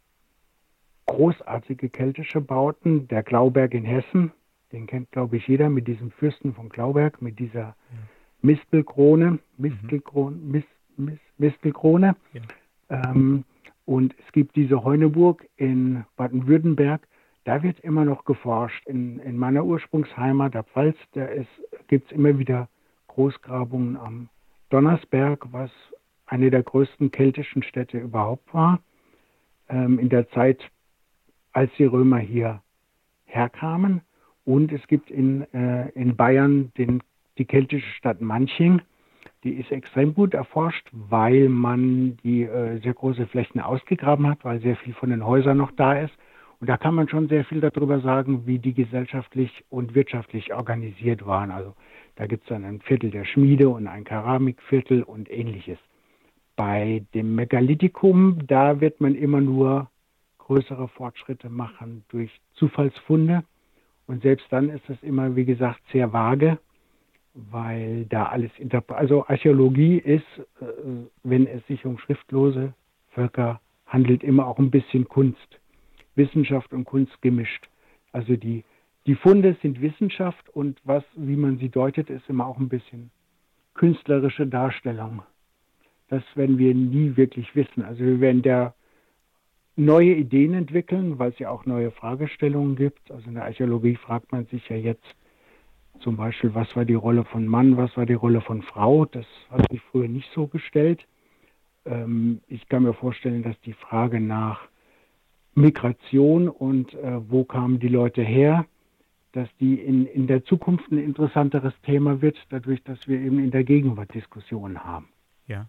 großartige keltische Bauten. Der Glauberg in Hessen, den kennt, glaube ich, jeder, mit diesem Fürsten von Glauberg, mit dieser ja. Mispelkrone, Mistelkrone, Mis, Mis, Mistelkrone. Ja. Ähm, und es gibt diese Heuneburg in Baden-Württemberg. Da wird immer noch geforscht. In, in meiner Ursprungsheimat, der Pfalz, da gibt es immer wieder Großgrabungen am Donnersberg, was eine der größten keltischen Städte überhaupt war, ähm, in der Zeit, als die Römer hier herkamen. Und es gibt in, äh, in Bayern den, die keltische Stadt Manching. Die ist extrem gut erforscht, weil man die äh, sehr große Flächen ausgegraben hat, weil sehr viel von den Häusern noch da ist. Und da kann man schon sehr viel darüber sagen, wie die gesellschaftlich und wirtschaftlich organisiert waren. Also da gibt es dann ein Viertel der Schmiede und ein Keramikviertel und ähnliches. Bei dem Megalithikum, da wird man immer nur größere Fortschritte machen durch Zufallsfunde. Und selbst dann ist es immer, wie gesagt, sehr vage, weil da alles, also Archäologie ist, wenn es sich um schriftlose Völker handelt, immer auch ein bisschen Kunst. Wissenschaft und Kunst gemischt. Also die, die Funde sind Wissenschaft und was, wie man sie deutet, ist immer auch ein bisschen künstlerische Darstellung. Das werden wir nie wirklich wissen. Also wir werden da neue Ideen entwickeln, weil es ja auch neue Fragestellungen gibt. Also in der Archäologie fragt man sich ja jetzt zum Beispiel, was war die Rolle von Mann, was war die Rolle von Frau. Das hat sich früher nicht so gestellt. Ähm, ich kann mir vorstellen, dass die Frage nach Migration und äh, wo kamen die Leute her, dass die in, in der Zukunft ein interessanteres Thema wird, dadurch, dass wir eben in der Gegenwart Diskussionen haben. Ja.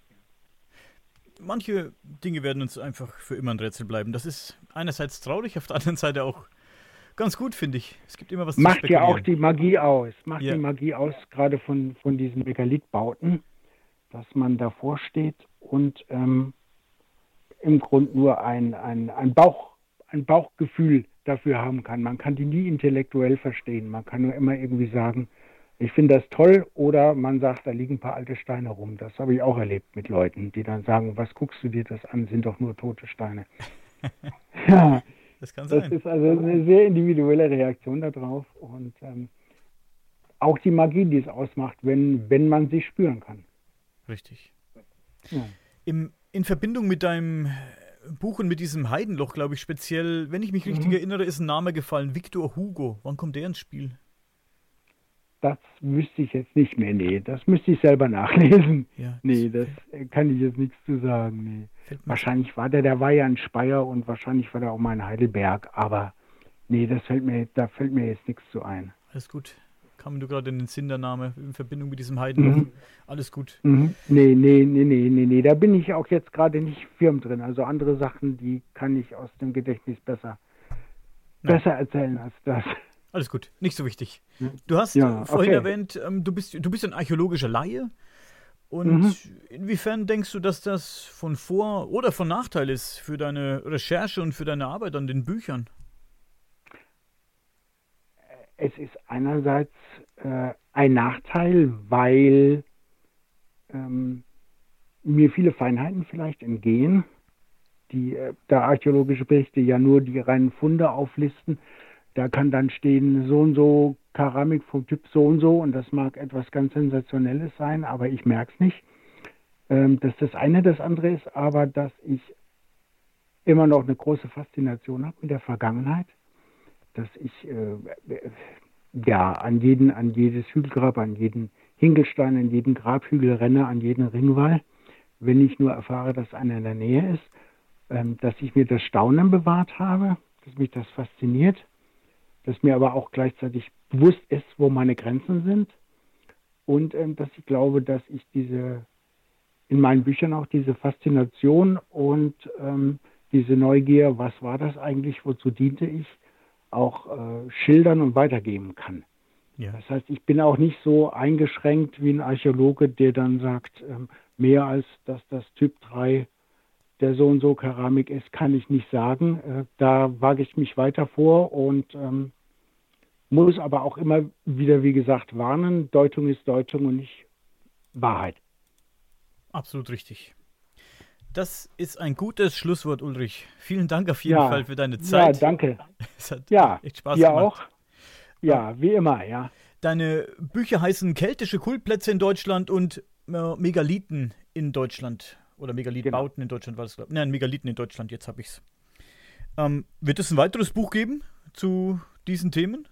Manche Dinge werden uns einfach für immer ein Rätsel bleiben. Das ist einerseits traurig, auf der anderen Seite auch ganz gut, finde ich. Es gibt immer was zu spekulieren. Macht ja auch die Magie aus. Macht ja. die Magie aus, gerade von, von diesen Megalithbauten, dass man davor steht und ähm, im Grunde nur ein, ein, ein, Bauch, ein Bauchgefühl dafür haben kann. Man kann die nie intellektuell verstehen. Man kann nur immer irgendwie sagen, ich finde das toll, oder man sagt, da liegen ein paar alte Steine rum. Das habe ich auch erlebt mit Leuten, die dann sagen, was guckst du dir das an, sind doch nur tote Steine. Ja, das kann sein. Das ist also eine sehr individuelle Reaktion darauf und ähm, auch die Magie, die es ausmacht, wenn, wenn man sie spüren kann. Richtig. Ja. Im, in Verbindung mit deinem Buch und mit diesem Heidenloch, glaube ich, speziell, wenn ich mich richtig Mhm. erinnere, ist ein Name gefallen, Victor Hugo. Wann kommt der ins Spiel? Das wüsste ich jetzt nicht mehr, nee. Das müsste ich selber nachlesen. Ja, nee, das kann ich jetzt nichts zu sagen, nee. Fällt mir Wahrscheinlich war der, der war ja in Speyer und wahrscheinlich war der auch mal in Heidelberg, aber nee, das fällt mir, da fällt mir jetzt nichts zu ein. Alles gut. Kam mir nur gerade in den Sinn der Name in Verbindung mit diesem Heidenloch. Mhm. Alles gut. Mhm. Nee, nee, nee, nee, nee, nee, da bin ich auch jetzt gerade nicht firm drin. Also andere Sachen, die kann ich aus dem Gedächtnis besser, Nein. besser erzählen als das. Alles gut, nicht so wichtig. Du hast Ja, vorhin okay. erwähnt, ähm, du bist, du bist ein archäologischer Laie. Und Mhm. inwiefern denkst du, dass das von Vor- oder von Nachteil ist für deine Recherche und für deine Arbeit an den Büchern? Es ist einerseits äh, ein Nachteil, weil ähm, mir viele Feinheiten vielleicht entgehen, die äh, da archäologische Berichte ja nur die reinen Funde auflisten. Da kann dann stehen, so und so Keramik vom Typ so und so, und das mag etwas ganz Sensationelles sein, aber ich merke es nicht. Ähm, das ist das eine. Das andere ist aber, dass ich immer noch eine große Faszination habe mit der Vergangenheit, dass ich äh, ja an jeden, an jedes Hügelgrab, an jeden Hinkelstein, an jeden Grabhügel renne, an jeden Ringwall, wenn ich nur erfahre, dass einer in der Nähe ist, ähm, dass ich mir das Staunen bewahrt habe, dass mich das fasziniert, dass mir aber auch gleichzeitig bewusst ist, wo meine Grenzen sind, und ähm, dass ich glaube, dass ich diese in meinen Büchern auch diese Faszination und ähm, diese Neugier, was war das eigentlich, wozu diente ich, auch äh, schildern und weitergeben kann. Ja. Das heißt, ich bin auch nicht so eingeschränkt wie ein Archäologe, der dann sagt, ähm, mehr als dass das Typ drei der so und so Keramik ist, kann ich nicht sagen. Äh, da wage ich mich weiter vor und ähm, muss aber auch immer wieder, wie gesagt, warnen. Deutung ist Deutung und nicht Wahrheit. Absolut richtig. Das ist ein gutes Schlusswort, Ulrich. Vielen Dank auf jeden Ja. Fall für deine Zeit. Ja, danke. Es hat Ja, echt Spaß dir gemacht. auch. Ja, wie immer, ja. Deine Bücher heißen Keltische Kultplätze in Deutschland und äh, Megalithen in Deutschland. Oder Megalithbauten in Deutschland war das, glaube ich. Nein, Megalithen in Deutschland, jetzt habe ich es. Ähm, wird es ein weiteres Buch geben zu diesen Themen?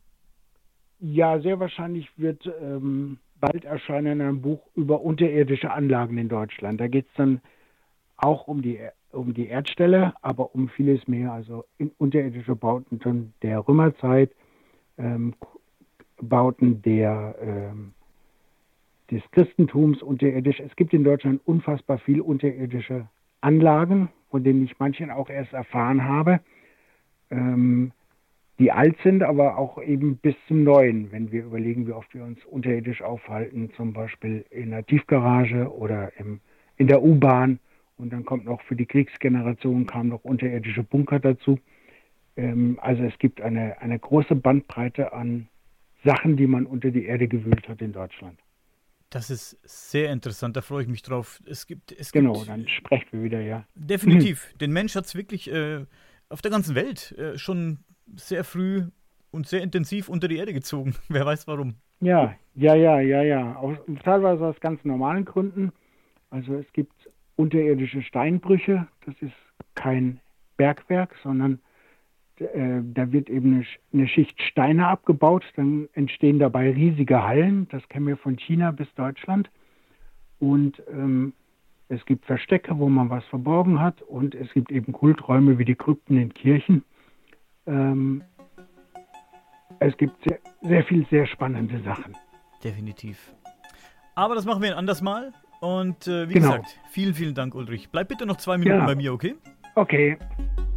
Ja, sehr wahrscheinlich wird ähm, bald erscheinen ein Buch über unterirdische Anlagen in Deutschland. Da geht es dann auch um die, um die Erdstelle, aber um vieles mehr. Also in, unterirdische Bauten schon der Römerzeit, ähm, Bauten der, ähm, des Christentums unterirdisch. Es gibt in Deutschland unfassbar viele unterirdische Anlagen, von denen ich manchen auch erst erfahren habe, ähm, die alt sind, aber auch eben bis zum Neuen, wenn wir überlegen, wie oft wir uns unterirdisch aufhalten, zum Beispiel in der Tiefgarage oder im, in der U-Bahn. Und dann kommt noch für die Kriegsgeneration kamen noch unterirdische Bunker dazu. Ähm, also es gibt eine, eine große Bandbreite an Sachen, die man unter die Erde gewühlt hat in Deutschland. Das ist sehr interessant, da freue ich mich drauf. Es gibt, es Genau, gibt, dann sprechen wir wieder, ja. definitiv. Den Mensch hat es wirklich äh, auf der ganzen Welt äh, schon sehr früh und sehr intensiv unter die Erde gezogen. Wer weiß warum. Ja, ja, ja, ja, ja. Auch, teilweise aus ganz normalen Gründen. Also es gibt unterirdische Steinbrüche. Das ist kein Bergwerk, sondern äh, da wird eben eine, eine Schicht Steine abgebaut. Dann entstehen dabei riesige Hallen. Das kennen wir von China bis Deutschland. Und ähm, es gibt Verstecke, wo man was verborgen hat. Und es gibt eben Kulträume wie die Krypten in Kirchen. Ähm, es gibt sehr, sehr viel sehr spannende Sachen. Definitiv. Aber das machen wir ein anderes Mal. Und äh, wie genau. gesagt, vielen, vielen Dank, Ulrich. Bleib bitte noch zwei Minuten ja. bei mir, okay? Okay.